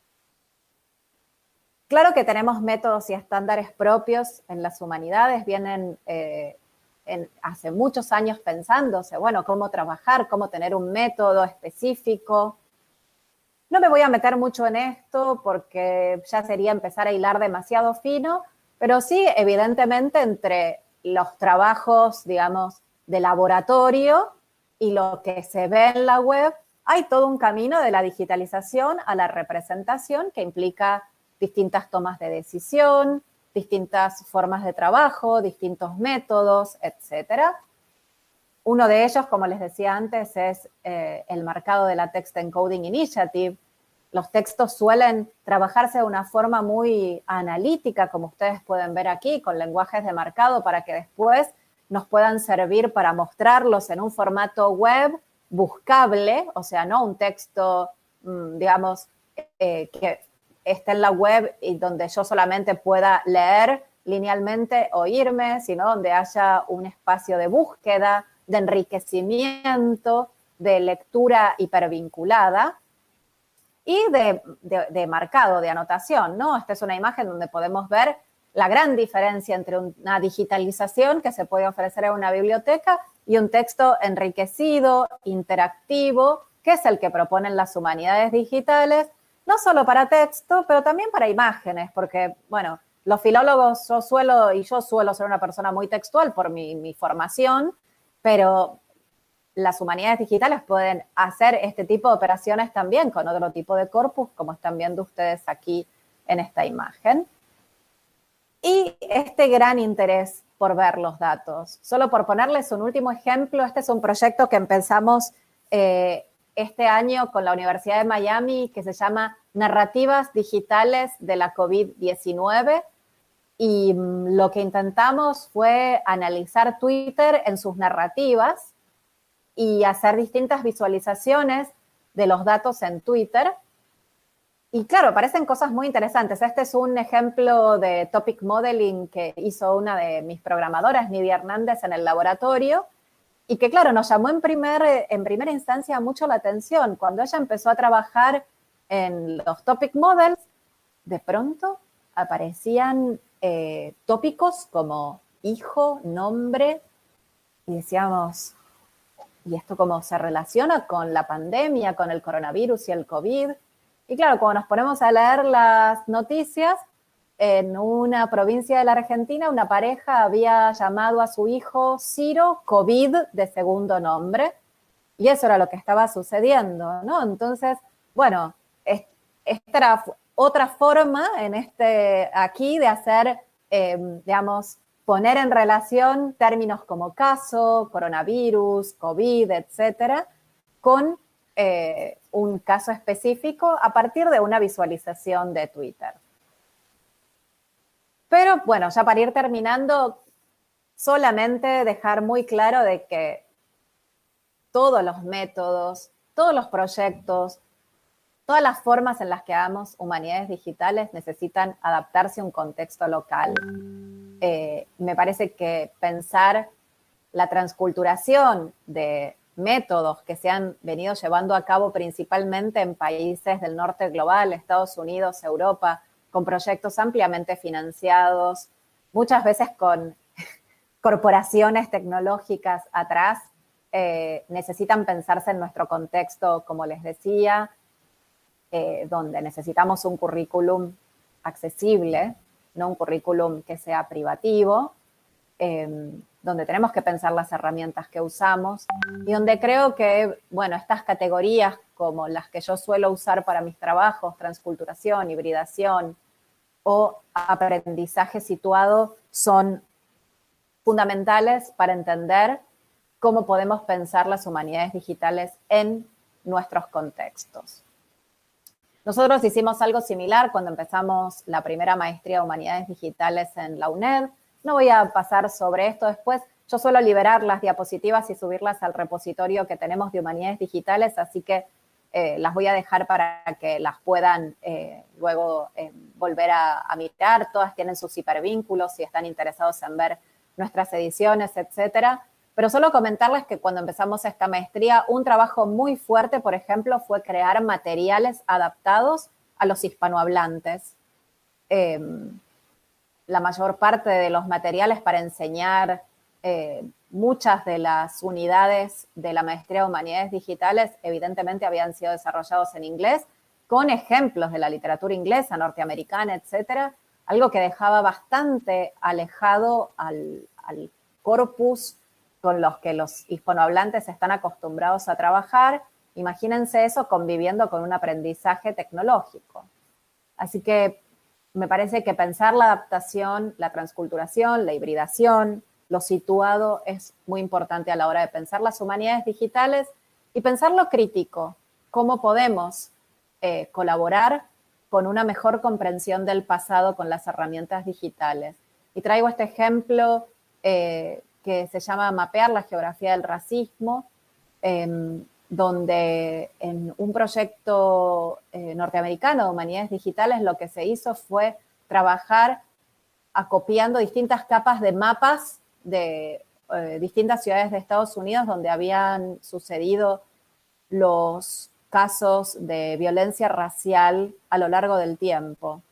Claro que tenemos métodos y estándares propios en las humanidades, vienen hace muchos años pensándose, bueno, cómo trabajar, cómo tener un método específico. No me voy a meter mucho en esto porque ya sería empezar a hilar demasiado fino, pero sí, evidentemente, entre los trabajos, digamos, de laboratorio y lo que se ve en la web, hay todo un camino de la digitalización a la representación que implica distintas tomas de decisión, distintas formas de trabajo, distintos métodos, etcétera. Uno de ellos, como les decía antes, es el marcado de la Text Encoding Initiative. Los textos suelen trabajarse de una forma muy analítica, como ustedes pueden ver aquí, con lenguajes de marcado para que después nos puedan servir para mostrarlos en un formato web buscable, o sea, no un texto, digamos, que esté en la web y donde yo solamente pueda leer linealmente o irme, sino donde haya un espacio de búsqueda, de enriquecimiento, de lectura hipervinculada y de marcado, de anotación, ¿no? Esta es una imagen donde podemos ver la gran diferencia entre una digitalización que se puede ofrecer en una biblioteca y un texto enriquecido, interactivo, que es el que proponen las humanidades digitales, no solo para texto, pero también para imágenes, porque, bueno, los filólogos, yo suelo ser una persona muy textual por mi formación, pero las humanidades digitales pueden hacer este tipo de operaciones también con otro tipo de corpus, como están viendo ustedes aquí en esta imagen. Y este gran interés por ver los datos. Solo por ponerles un último ejemplo, este es un proyecto que empezamos este año con la Universidad de Miami, que se llama Narrativas Digitales de la COVID-19, y lo que intentamos fue analizar Twitter en sus narrativas y hacer distintas visualizaciones de los datos en Twitter. Y claro, parecen cosas muy interesantes. Este es un ejemplo de topic modeling que hizo una de mis programadoras, Nidia Hernández, en el laboratorio, y que, claro, nos llamó en primera instancia mucho la atención. Cuando ella empezó a trabajar en los topic models, de pronto aparecían tópicos como hijo, nombre, y decíamos, ¿y esto cómo se relaciona con la pandemia, con el coronavirus y el COVID? Y claro, cuando nos ponemos a leer las noticias, en una provincia de la Argentina, una pareja había llamado a su hijo Ciro COVID de segundo nombre, y eso era lo que estaba sucediendo, ¿no? Entonces, bueno, esta era otra forma aquí de hacer, digamos, poner en relación términos como caso, coronavirus, COVID, etcétera, con un caso específico a partir de una visualización de Twitter. Pero bueno, ya para ir terminando, solamente dejar muy claro de que todos los métodos, todos los proyectos, todas las formas en las que hagamos humanidades digitales necesitan adaptarse a un contexto local. Me parece que pensar la transculturación de métodos que se han venido llevando a cabo principalmente en países del norte global, Estados Unidos, Europa, con proyectos ampliamente financiados, muchas veces con corporaciones tecnológicas atrás, necesitan pensarse en nuestro contexto, como les decía, donde necesitamos un currículum accesible, no un currículum que sea privativo, donde tenemos que pensar las herramientas que usamos y donde creo que, bueno, estas categorías como las que yo suelo usar para mis trabajos, transculturación, hibridación o aprendizaje situado, son fundamentales para entender cómo podemos pensar las humanidades digitales en nuestros contextos. Nosotros hicimos algo similar cuando empezamos la primera maestría de humanidades digitales en la UNED. No voy a pasar sobre esto después. Yo suelo liberar las diapositivas y subirlas al repositorio que tenemos de humanidades digitales, así que las voy a dejar para que las puedan luego volver a mirar. Todas tienen sus hipervínculos si están interesados en ver nuestras ediciones, etcétera. Pero solo comentarles que cuando empezamos esta maestría, un trabajo muy fuerte, por ejemplo, fue crear materiales adaptados a los hispanohablantes. La mayor parte de los materiales para enseñar muchas de las unidades de la maestría de humanidades digitales evidentemente habían sido desarrollados en inglés, con ejemplos de la literatura inglesa, norteamericana, etcétera, algo que dejaba bastante alejado al corpus con los que los hispanohablantes están acostumbrados a trabajar. Imagínense eso conviviendo con un aprendizaje tecnológico. Así que me parece que pensar la adaptación, la transculturación, la hibridación, lo situado es muy importante a la hora de pensar las humanidades digitales y pensar lo crítico, cómo podemos colaborar con una mejor comprensión del pasado con las herramientas digitales. Y traigo este ejemplo que se llama Mapear la geografía del racismo, donde en un proyecto norteamericano de humanidades digitales lo que se hizo fue trabajar acopiando distintas capas de mapas de distintas ciudades de Estados Unidos donde habían sucedido los casos de violencia racial a lo largo del tiempo.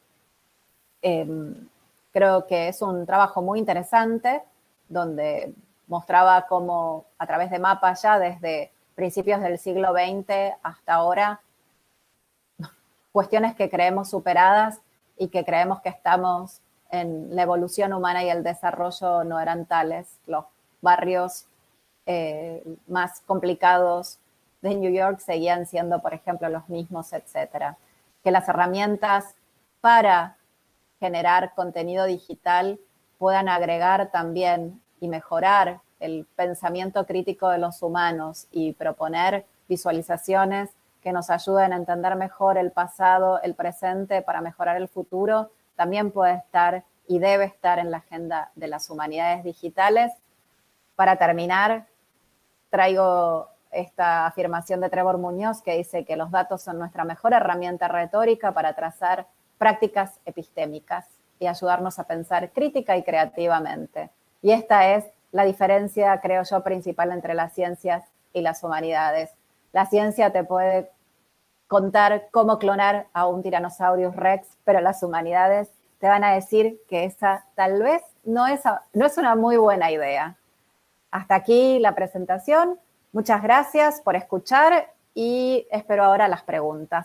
Creo que es un trabajo muy interesante donde mostraba cómo a través de mapas ya desde principios del siglo XX hasta ahora, cuestiones que creemos superadas y que creemos que estamos en la evolución humana y el desarrollo no eran tales. Los barrios más complicados de New York seguían siendo, por ejemplo, los mismos, etcétera. Que las herramientas para generar contenido digital puedan agregar también y mejorar el pensamiento crítico de los humanos y proponer visualizaciones que nos ayuden a entender mejor el pasado, el presente, para mejorar el futuro, también puede estar y debe estar en la agenda de las humanidades digitales. Para terminar, traigo esta afirmación de Trevor Muñoz que dice que los datos son nuestra mejor herramienta retórica para trazar prácticas epistémicas y ayudarnos a pensar crítica y creativamente. Y esta es la diferencia, creo yo, principal entre las ciencias y las humanidades. La ciencia te puede contar cómo clonar a un Tyrannosaurus Rex, pero las humanidades te van a decir que esa tal vez no es una muy buena idea. Hasta aquí la presentación. Muchas gracias por escuchar y espero ahora las preguntas.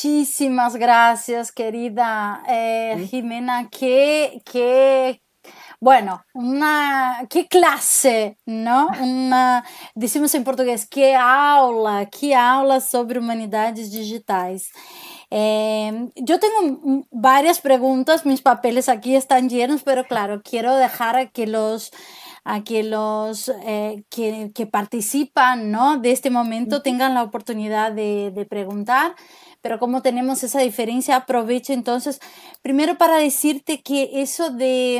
Muchísimas gracias, querida Jimena. Qué Bueno, qué clase, ¿no? Decimos en portugués, qué aula sobre humanidades digitais. Yo tengo varias preguntas, mis papeles aquí están llenos, pero claro, quiero dejar a que los que participan, ¿no?, de este momento tengan la oportunidad de preguntar, pero como tenemos esa diferencia, aprovecho entonces primero para decirte que eso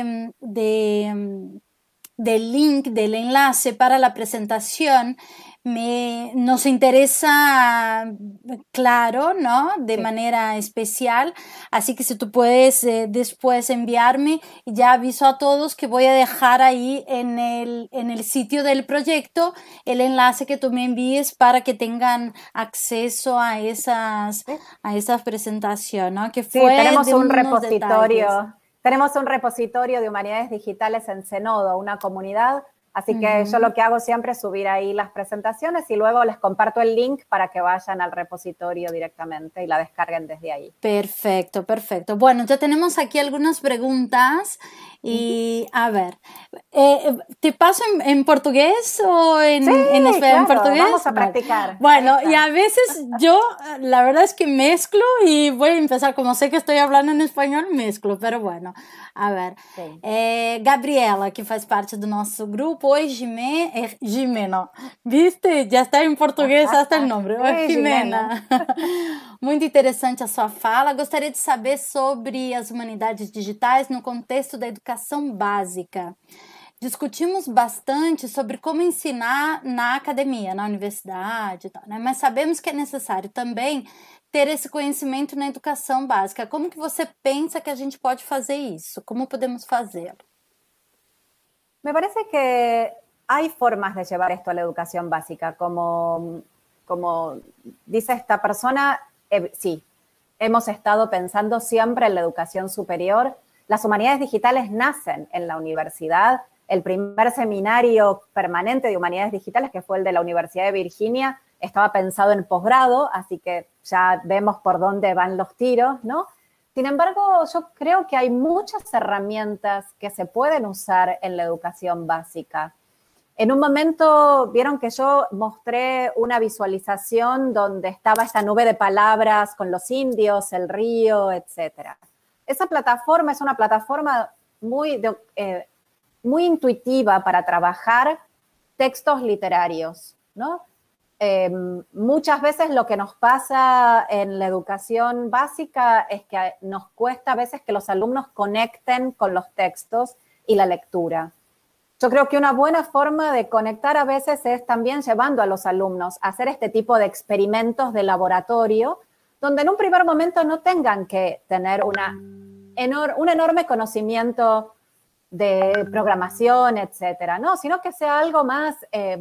del link, del enlace para la presentación, nos interesa, claro, ¿no?, de Sí. manera especial. Así que si tú puedes después enviarme, y ya aviso a todos que voy a dejar ahí en el sitio del proyecto el enlace que tú me envíes para que tengan acceso Sí. a esa presentación, ¿no?, que Sí, fue de unos detalles. tenemos un repositorio de humanidades digitales en Zenodo, una comunidad, así que yo Ujú. lo que hago siempre es subir ahí las presentaciones y luego les comparto el link para que vayan al repositorio directamente y la descarguen desde ahí. Perfecto, perfecto. Bueno, ya tenemos aquí algunas preguntas Ujú. y a ver, ¿te paso en portugués o Sí, en claro, portugués? vamos a Vale. practicar. Ahí Bueno, y está. a veces yo, la verdad es que mezclo y voy a empezar, como sé que estoy hablando en español, mezclo, pero bueno, a ver. Sí. Gabriela, que faz parte do nosso grupo, oi, Jimena, viste? Já está em português hasta o nome. Oi, Sí, Jimena. Jimena. Muito interessante a sua fala. Gostaria de saber sobre as humanidades digitais no contexto da educação básica. Discutimos bastante sobre como ensinar na academia, na universidade e tal, né? Mas sabemos que é necessário também ter esse conhecimento na educação básica. Como que você pensa que a gente pode fazer isso? Como podemos fazê-lo? Me parece que hay formas de llevar esto a la educación básica, como dice esta persona, sí, hemos estado pensando siempre en la educación superior. Las humanidades digitales nacen en la universidad. El primer seminario permanente de humanidades digitales, que fue el de la Universidad de Virginia, estaba pensado en posgrado, así que ya vemos por dónde van los tiros, ¿no? Sin embargo, yo creo que hay muchas herramientas que se pueden usar en la educación básica. En un momento, vieron que yo mostré una visualización donde estaba esta nube de palabras con los indios, el río, etc. Esa plataforma es una plataforma muy intuitiva para trabajar textos literarios, ¿no? Muchas veces lo que nos pasa en la educación básica es que nos cuesta a veces que los alumnos conecten con los textos y la lectura. Yo creo que una buena forma de conectar a veces es también llevando a los alumnos a hacer este tipo de experimentos de laboratorio, donde en un primer momento no tengan que tener un enorme conocimiento de programación, etcétera, ¿no? Sino que sea algo más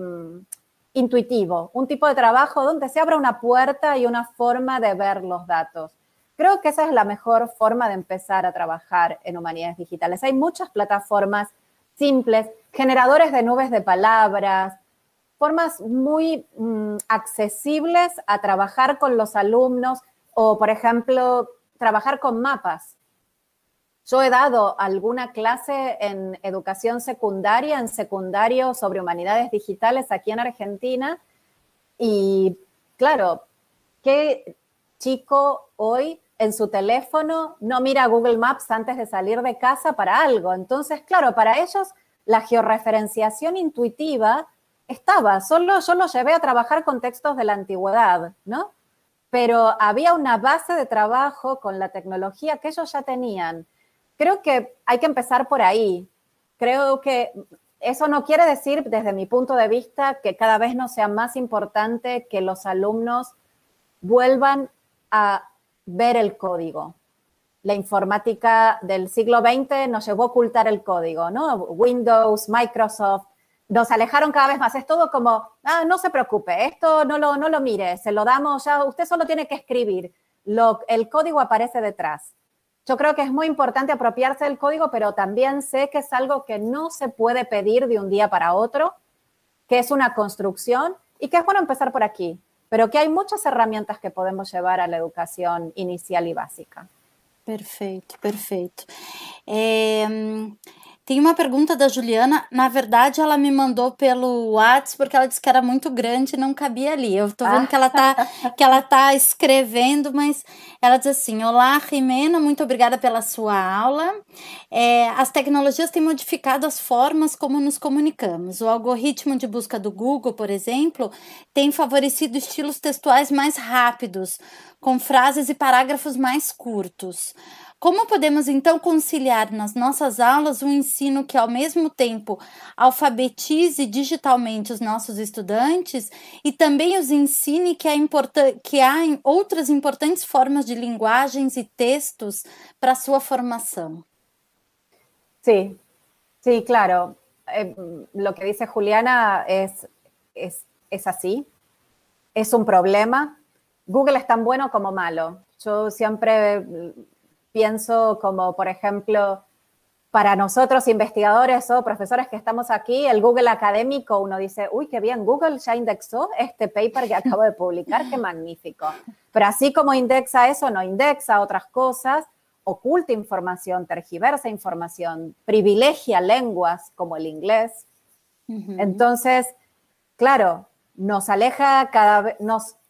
intuitivo, un tipo de trabajo donde se abra una puerta y una forma de ver los datos. Creo que esa es la mejor forma de empezar a trabajar en humanidades digitales. Hay muchas plataformas simples, generadores de nubes de palabras, formas muy accesibles a trabajar con los alumnos o, por ejemplo, trabajar con mapas. Yo he dado alguna clase en educación secundaria, en secundario sobre humanidades digitales aquí en Argentina y, claro, ¿qué chico hoy en su teléfono no mira Google Maps antes de salir de casa para algo? Entonces, claro, para ellos la georreferenciación intuitiva estaba, solo yo lo llevé a trabajar con textos de la antigüedad, ¿no? Pero había una base de trabajo con la tecnología que ellos ya tenían. Creo que hay que empezar por ahí. Creo que eso no quiere decir, desde mi punto de vista, que cada vez no sea más importante que los alumnos vuelvan a ver el código. La informática del siglo XX nos llevó a ocultar el código, ¿no? Windows, Microsoft, nos alejaron cada vez más. Es todo como, no se preocupe, esto no lo mire, se lo damos ya, usted solo tiene que escribir. El código aparece detrás. Yo creo que es muy importante apropiarse del código, pero también sé que es algo que no se puede pedir de un día para otro, que es una construcción y que es bueno empezar por aquí, pero que hay muchas herramientas que podemos llevar a la educación inicial y básica. Perfeito, perfeito. Tem uma pergunta da Juliana, na verdade ela me mandou pelo WhatsApp porque ela disse que era muito grande e não cabia ali. Eu tô vendo que ela tá escrevendo, mas ela diz assim: Olá, Jimena, muito obrigada pela sua aula. As tecnologias têm modificado as formas como nos comunicamos. O algoritmo de busca do Google, por exemplo, tem favorecido estilos textuais mais rápidos, com frases e parágrafos mais curtos. Como podemos, então, conciliar nas nossas aulas um ensino que, ao mesmo tempo, alfabetize digitalmente os nossos estudantes e também os ensine que há outras importantes formas de linguagens e textos para a sua formação? Sí, sí, claro. Lo que dice Juliana es así. Es un problema. Google es tan bueno como malo. Yo siempre pienso como, por ejemplo, para nosotros investigadores o profesores que estamos aquí, el Google académico, uno dice, uy, qué bien, Google ya indexó este paper que acabo de publicar, qué magnífico. Pero así como indexa eso, no indexa otras cosas, oculta información, tergiversa información, privilegia lenguas como el inglés. Uh-huh. Entonces, claro, nos aleja cada vez,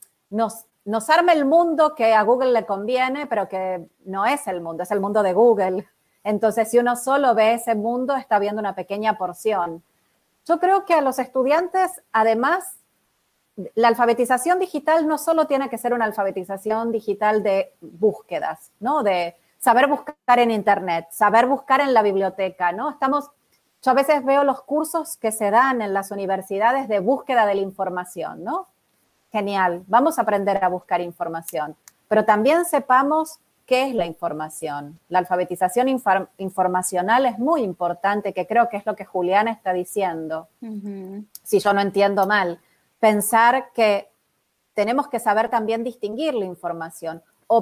nos arma el mundo que a Google le conviene, pero que no es el mundo de Google. Entonces, si uno solo ve ese mundo, está viendo una pequeña porción. Yo creo que a los estudiantes, además, la alfabetización digital no solo tiene que ser una alfabetización digital de búsquedas, ¿no? De saber buscar en Internet, saber buscar en la biblioteca, ¿no? Yo a veces veo los cursos que se dan en las universidades de búsqueda de la información, ¿no? Genial, vamos a aprender a buscar información, pero también sepamos qué es la información. La alfabetización informacional es muy importante, que creo que es lo que Juliana está diciendo, si yo no entiendo mal. Pensar que tenemos que saber también distinguir la información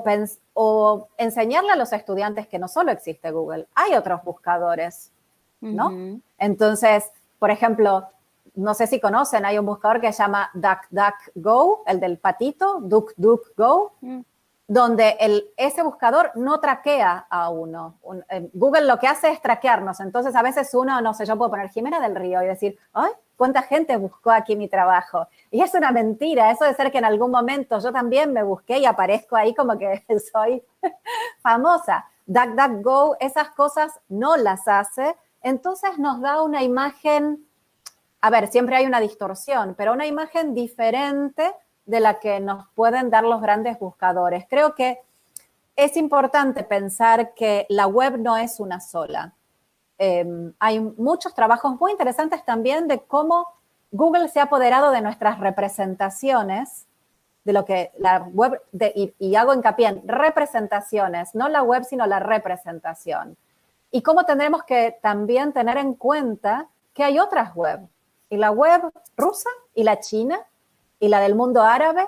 o enseñarle a los estudiantes que no solo existe Google, hay otros buscadores, ¿no? Entonces, por ejemplo, no sé si conocen, hay un buscador que se llama DuckDuckGo, el del patito, DuckDuckGo, donde ese buscador no traquea a uno. Google lo que hace es traquearnos. Entonces, a veces uno, no sé, yo puedo poner Jimena del Río y decir, ¡ay, cuánta gente buscó aquí mi trabajo! Y es una mentira. Eso de ser que en algún momento yo también me busqué y aparezco ahí como que soy famosa. DuckDuckGo esas cosas no las hace. Entonces, nos da una imagen, a ver, siempre hay una distorsión, pero una imagen diferente de la que nos pueden dar los grandes buscadores. Creo que es importante pensar que la web no es una sola. Hay muchos trabajos muy interesantes también de cómo Google se ha apoderado de nuestras representaciones, de lo que la web, y hago hincapié en representaciones, no la web, sino la representación. Y cómo tendremos que también tener en cuenta que hay otras web, y la web rusa y la china, y la del mundo árabe.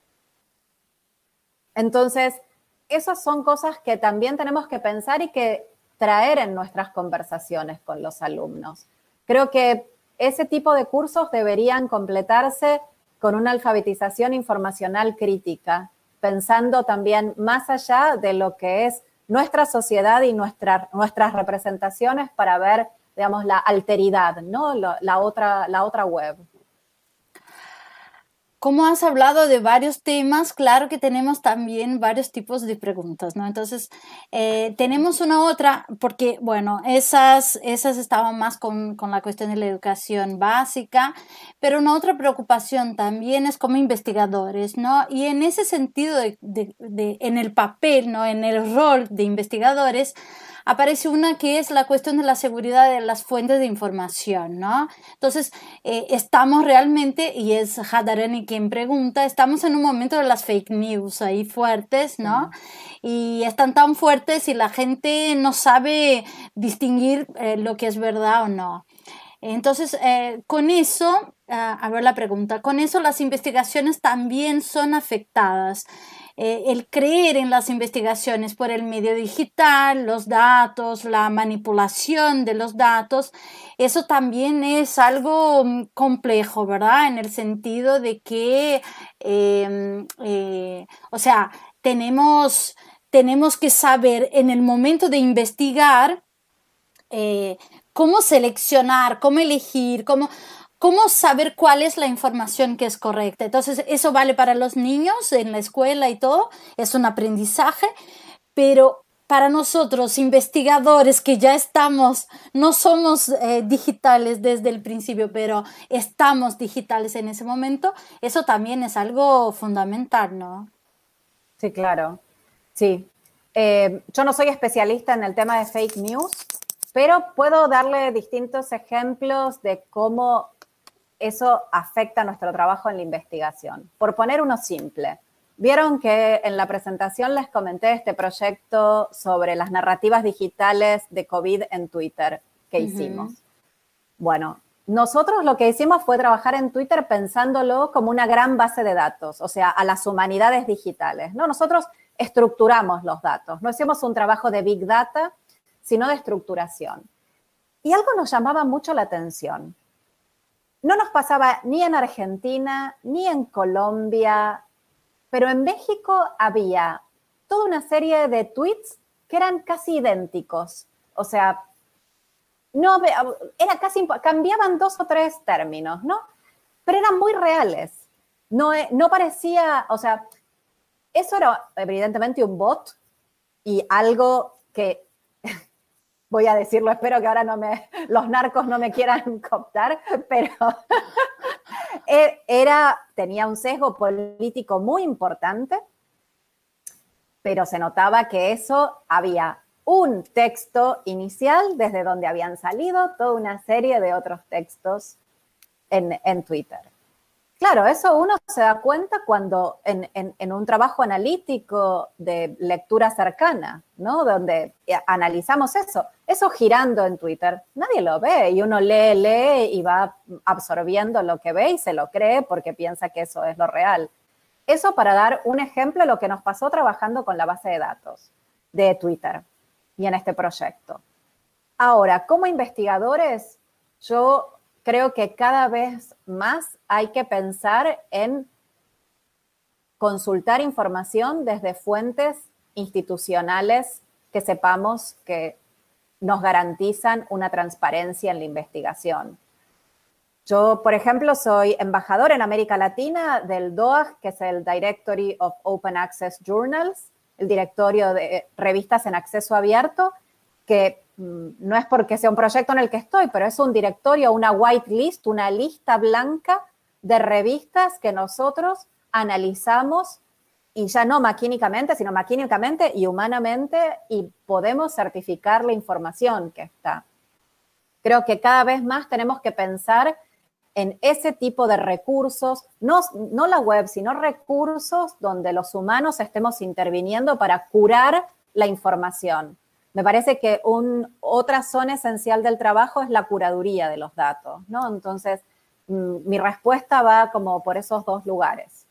Entonces, esas son cosas que también tenemos que pensar y que traer en nuestras conversaciones con los alumnos. Creo que ese tipo de cursos deberían completarse con una alfabetización informacional crítica, pensando también más allá de lo que es nuestra sociedad y nuestras representaciones para ver, digamos, la alteridad, ¿no? La otra web. Como has hablado de varios temas, claro que tenemos también varios tipos de preguntas, ¿no? Entonces, tenemos una otra, porque, bueno, esas estaban más con la cuestión de la educación básica, pero una otra preocupación también es como investigadores, ¿no? Y en ese sentido, en el papel, ¿no? En el rol de investigadores, aparece una que es la cuestión de la seguridad de las fuentes de información, ¿no? Entonces, estamos realmente, y es Hadarani quien pregunta, estamos en un momento de las fake news ahí fuertes, ¿no? Y están tan fuertes y la gente no sabe distinguir lo que es verdad o no. Entonces, con eso, a ver la pregunta, con eso las investigaciones también son afectadas. El creer en las investigaciones por el medio digital, los datos, la manipulación de los datos, eso también es algo complejo, ¿verdad? En el sentido de que, o sea, tenemos que saber en el momento de investigar cómo seleccionar, cómo elegir, cómo saber cuál es la información que es correcta. Entonces, eso vale para los niños en la escuela y todo, es un aprendizaje, pero para nosotros, investigadores que ya estamos, no somos digitales desde el principio, pero estamos digitales en ese momento, eso también es algo fundamental, ¿no? Sí, claro. Sí. Yo no soy especialista en el tema de fake news, pero puedo darle distintos ejemplos de cómo eso afecta nuestro trabajo en la investigación. Por poner uno simple, vieron que en la presentación les comenté este proyecto sobre las narrativas digitales de COVID en Twitter que hicimos. Bueno, nosotros lo que hicimos fue trabajar en Twitter pensándolo como una gran base de datos, o sea, a las humanidades digitales, ¿no? Nosotros estructuramos los datos, no hicimos un trabajo de Big Data, sino de estructuración. Y algo nos llamaba mucho la atención. No nos pasaba ni en Argentina, ni en Colombia, pero en México había toda una serie de tweets que eran casi idénticos. O sea, no, era casi, cambiaban 2 o 3 términos, ¿no? Pero eran muy reales. No parecía, o sea, eso era evidentemente un bot y algo que, voy a decirlo, espero que ahora los narcos no me quieran cooptar, pero tenía un sesgo político muy importante, pero se notaba que eso había un texto inicial desde donde habían salido toda una serie de otros textos en Twitter. Claro, eso uno se da cuenta cuando en un trabajo analítico de lectura cercana, ¿no? Donde analizamos eso girando en Twitter, nadie lo ve y uno lee y va absorbiendo lo que ve y se lo cree porque piensa que eso es lo real. Eso para dar un ejemplo de lo que nos pasó trabajando con la base de datos de Twitter y en este proyecto. Ahora, como investigadores, yo creo que cada vez más hay que pensar en consultar información desde fuentes institucionales que sepamos que nos garantizan una transparencia en la investigación. Yo, por ejemplo, soy embajador en América Latina del DOAJ, que es el Directory of Open Access Journals, el directorio de revistas en acceso abierto, que no es porque sea un proyecto en el que estoy, pero es un directorio, una whitelist, una lista blanca de revistas que nosotros analizamos y ya no maquínicamente, sino maquínicamente y humanamente, y podemos certificar la información que está. Creo que cada vez más tenemos que pensar en ese tipo de recursos, no la web, sino recursos donde los humanos estemos interviniendo para curar la información. Me parece que otra zona esencial del trabajo es la curaduría de los datos, ¿no? Entonces, mi respuesta va como por esos 2 lugares.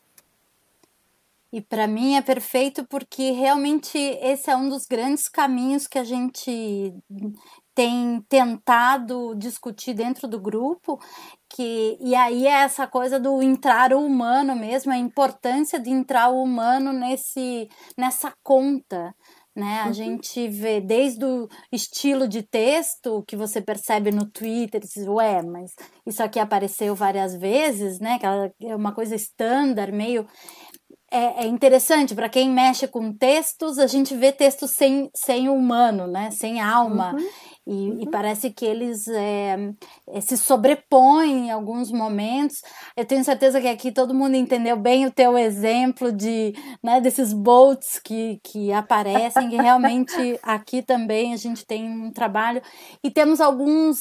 E para mim é perfeito porque realmente esse é um dos grandes caminhos que a gente tem tentado discutir dentro do grupo, e aí é essa coisa do entrar o humano mesmo, a importância de entrar o humano nessa conta, né? A gente vê desde o estilo de texto que você percebe no Twitter, diz, ué, mas isso aqui apareceu várias vezes, né? É uma coisa standard, meio... É interessante, para quem mexe com textos, a gente vê textos sem humano, né? Sem alma. E parece que eles se sobrepõem em alguns momentos. Eu tenho certeza que aqui todo mundo entendeu bem o teu exemplo desses bots que aparecem, que realmente aqui também a gente tem um trabalho. E temos alguns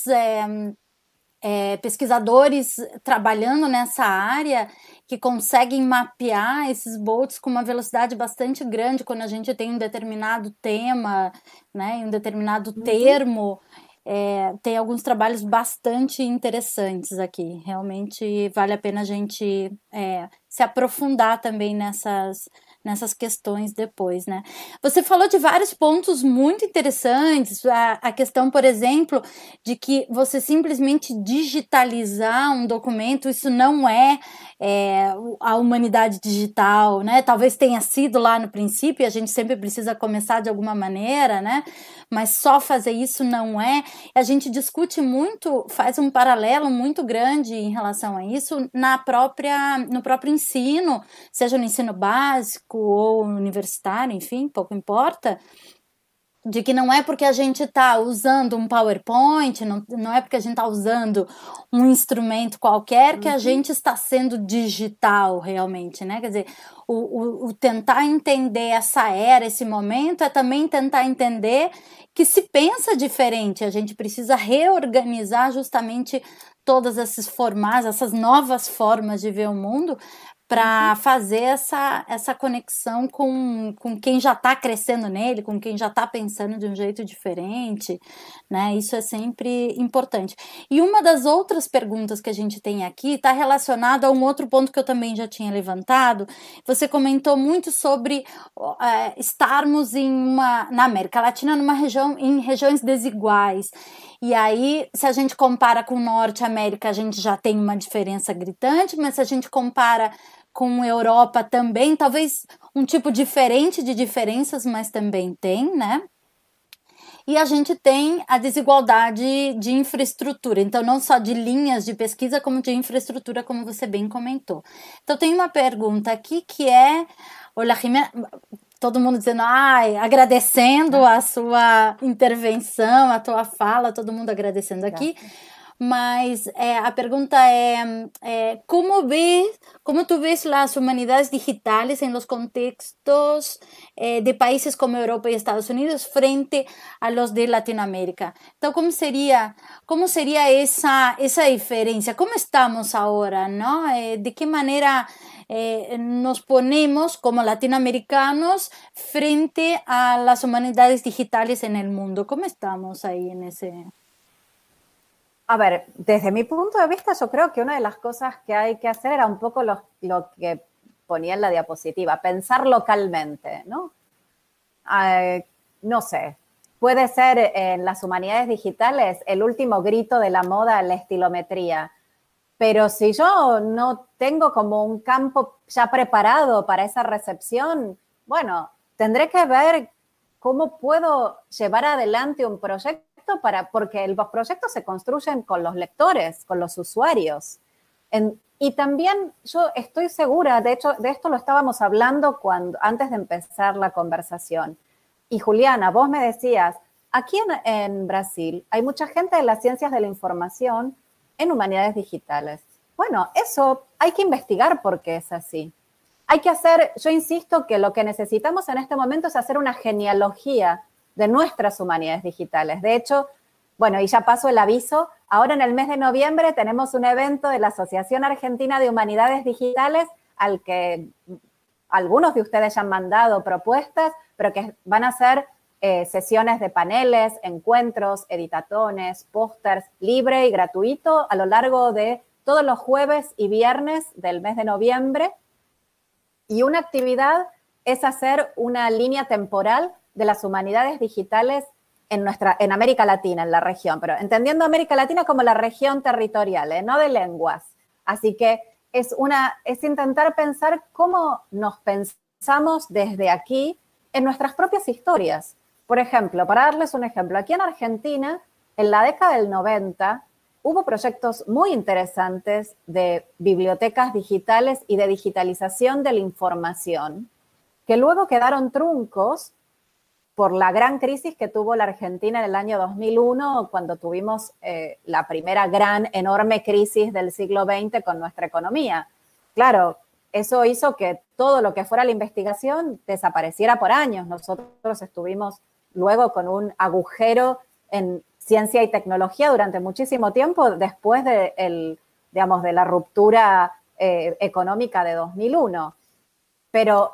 pesquisadores trabalhando nessa área que conseguem mapear esses bots com uma velocidade bastante grande quando a gente tem um determinado tema, né, um determinado termo. Tem alguns trabalhos bastante interessantes aqui. Realmente vale a pena a gente se aprofundar também nessas questões depois, né? Você falou de vários pontos muito interessantes, a questão, por exemplo, de que você simplesmente digitalizar um documento, isso não é a humanidade digital, né? Talvez tenha sido lá no princípio, e a gente sempre precisa começar de alguma maneira, né? Mas só fazer isso não é. A gente discute muito, faz um paralelo muito grande em relação a isso no próprio ensino, seja no ensino básico ou universitário, enfim, pouco importa, de que não é porque a gente está usando um PowerPoint, não é porque a gente está usando um instrumento qualquer que a gente está sendo digital realmente, né? Quer dizer, o tentar entender essa era, esse momento, é também tentar entender que se pensa diferente, a gente precisa reorganizar justamente todos esses formatos, essas novas formas de ver o mundo, para fazer essa conexão com quem já está crescendo nele, com quem já está pensando de um jeito diferente, né? Isso é sempre importante. E uma das outras perguntas que a gente tem aqui está relacionada a um outro ponto que eu também já tinha levantado. Você comentou muito sobre estarmos na América Latina em regiões desiguais. E aí, se a gente compara com o Norte América, a gente já tem uma diferença gritante, mas se a gente compara com Europa também, talvez um tipo diferente de diferenças, mas também tem, né? E a gente tem a desigualdade de infraestrutura, então não só de linhas de pesquisa, como de infraestrutura, como você bem comentou. Então tem uma pergunta aqui que é, olha, Jimena, todo mundo dizendo, agradecendo a sua intervenção, a tua fala, todo mundo agradecendo aqui. Mas a pergunta é como tu ves as humanidades digitales en los contextos de países como Europa y Estados Unidos frente a los de Latinoamérica? Então, como seria essa diferença? Como estamos agora, não? De que maneira nos ponemos como latinoamericanos frente a las humanidades digitales en el mundo? ¿Cómo estamos ahí en ese...? A ver, desde mi punto de vista, yo creo que una de las cosas que hay que hacer era un poco lo que ponía en la diapositiva, pensar localmente, ¿no? No sé, puede ser en las humanidades digitales el último grito de la moda, la estilometría, pero si yo no tengo como un campo ya preparado para esa recepción, bueno, tendré que ver cómo puedo llevar adelante un proyecto porque los proyectos se construyen con los lectores, con los usuarios. Y también yo estoy segura, de hecho, de esto lo estábamos hablando antes de empezar la conversación. Y Juliana, vos me decías, aquí en Brasil hay mucha gente de las ciencias de la información en humanidades digitales. Bueno, eso hay que investigar por qué es así. Hay que hacer, yo insisto que lo que necesitamos en este momento es hacer una genealogía de nuestras humanidades digitales. De hecho, bueno, y ya paso el aviso, ahora en el mes de noviembre tenemos un evento de la Asociación Argentina de Humanidades Digitales al que algunos de ustedes ya han mandado propuestas, pero que van a ser sesiones de paneles, encuentros, editatones, pósters, libre y gratuito a lo largo de todos los jueves y viernes del mes de noviembre. Y una actividad es hacer una línea temporal de las humanidades digitales en América Latina, en la región, pero entendiendo América Latina como la región territorial, no de lenguas. Así que es intentar pensar cómo nos pensamos desde aquí en nuestras propias historias. Por ejemplo, para darles un ejemplo, aquí en Argentina, en la década del 90, hubo proyectos muy interesantes de bibliotecas digitales y de digitalización de la información, que luego quedaron truncos por la gran crisis que tuvo la Argentina en el año 2001, cuando tuvimos la primera gran, enorme crisis del siglo XX con nuestra economía. Claro, eso hizo que todo lo que fuera la investigación desapareciera por años. Nosotros estuvimos luego con un agujero en ciencia y tecnología durante muchísimo tiempo después de la ruptura económica de 2001. Pero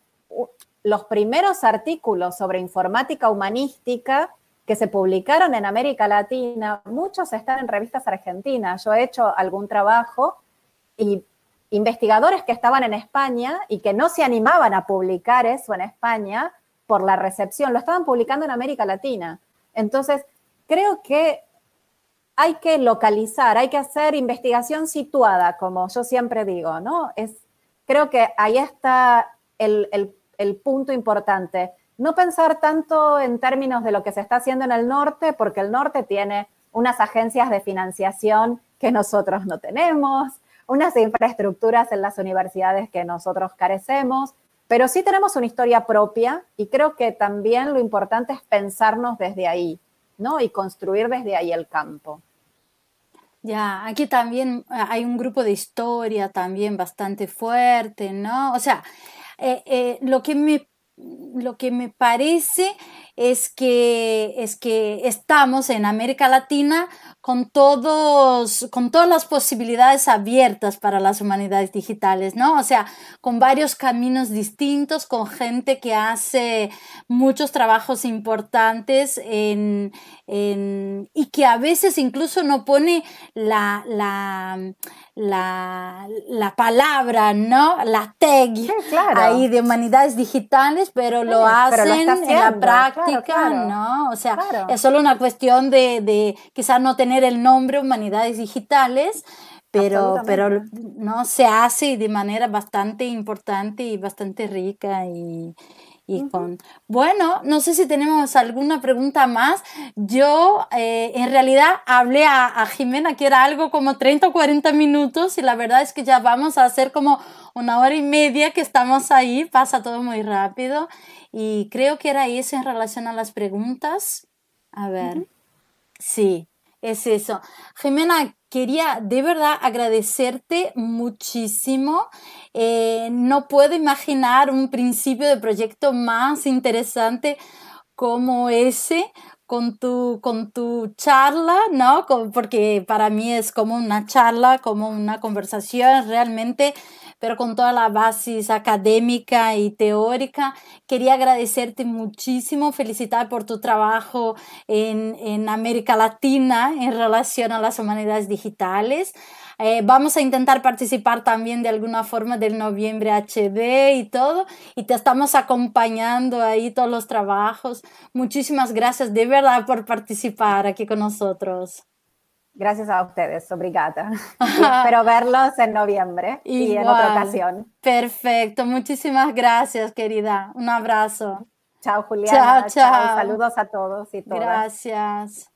los primeros artículos sobre informática humanística que se publicaron en América Latina, muchos están en revistas argentinas. Yo he hecho algún trabajo y investigadores que estaban en España y que no se animaban a publicar eso en España por la recepción, lo estaban publicando en América Latina. Entonces, creo que hay que localizar, hay que hacer investigación situada, como yo siempre digo, ¿no? Creo que ahí está el punto importante. No pensar tanto en términos de lo que se está haciendo en el norte, porque el norte tiene unas agencias de financiación que nosotros no tenemos, unas infraestructuras en las universidades que nosotros carecemos, pero sí tenemos una historia propia y creo que también lo importante es pensarnos desde ahí, ¿no? Y construir desde ahí el campo. Ya, aquí también hay un grupo de historia también bastante fuerte, ¿no? O sea, lo que me parece es que estamos en América Latina con todas las posibilidades abiertas para las humanidades digitales, ¿no? O sea, con varios caminos distintos, con gente que hace muchos trabajos importantes y que a veces incluso no pone la palabra, ¿no? La tag sí, claro. ahí de humanidades digitales, pero sí, lo hacen pero lo en la práctica, claro, ¿no? O sea, claro. es solo una cuestión de quizás no tener el nombre humanidades digitales, pero no se hace de manera bastante importante y bastante rica y con... Bueno, no sé si tenemos alguna pregunta más. Yo en realidad hablé a Jimena que era algo como 30 o 40 minutos y la verdad es que ya vamos a hacer como 1 hora y media que estamos ahí, pasa todo muy rápido y creo que era eso en relación a las preguntas. A ver, sí, es eso. Jimena, quería de verdad agradecerte muchísimo. No puedo imaginar un principio de proyecto más interesante como ese con tu charla, ¿no? Porque para mí es como una charla, como una conversación realmente, pero con toda la base académica y teórica. Quería agradecerte muchísimo, felicitar por tu trabajo en América Latina en relación a las humanidades digitales. Vamos a intentar participar también de alguna forma del Noviembre HD y todo, y te estamos acompañando ahí todos los trabajos. Muchísimas gracias de verdad por participar aquí con nosotros. Gracias a ustedes, obrigada. Y espero verlos en noviembre y en otra ocasión. Perfecto, muchísimas gracias, querida. Un abrazo. Chao, Juliana. Chao, chao. Saludos a todos y todas. Gracias.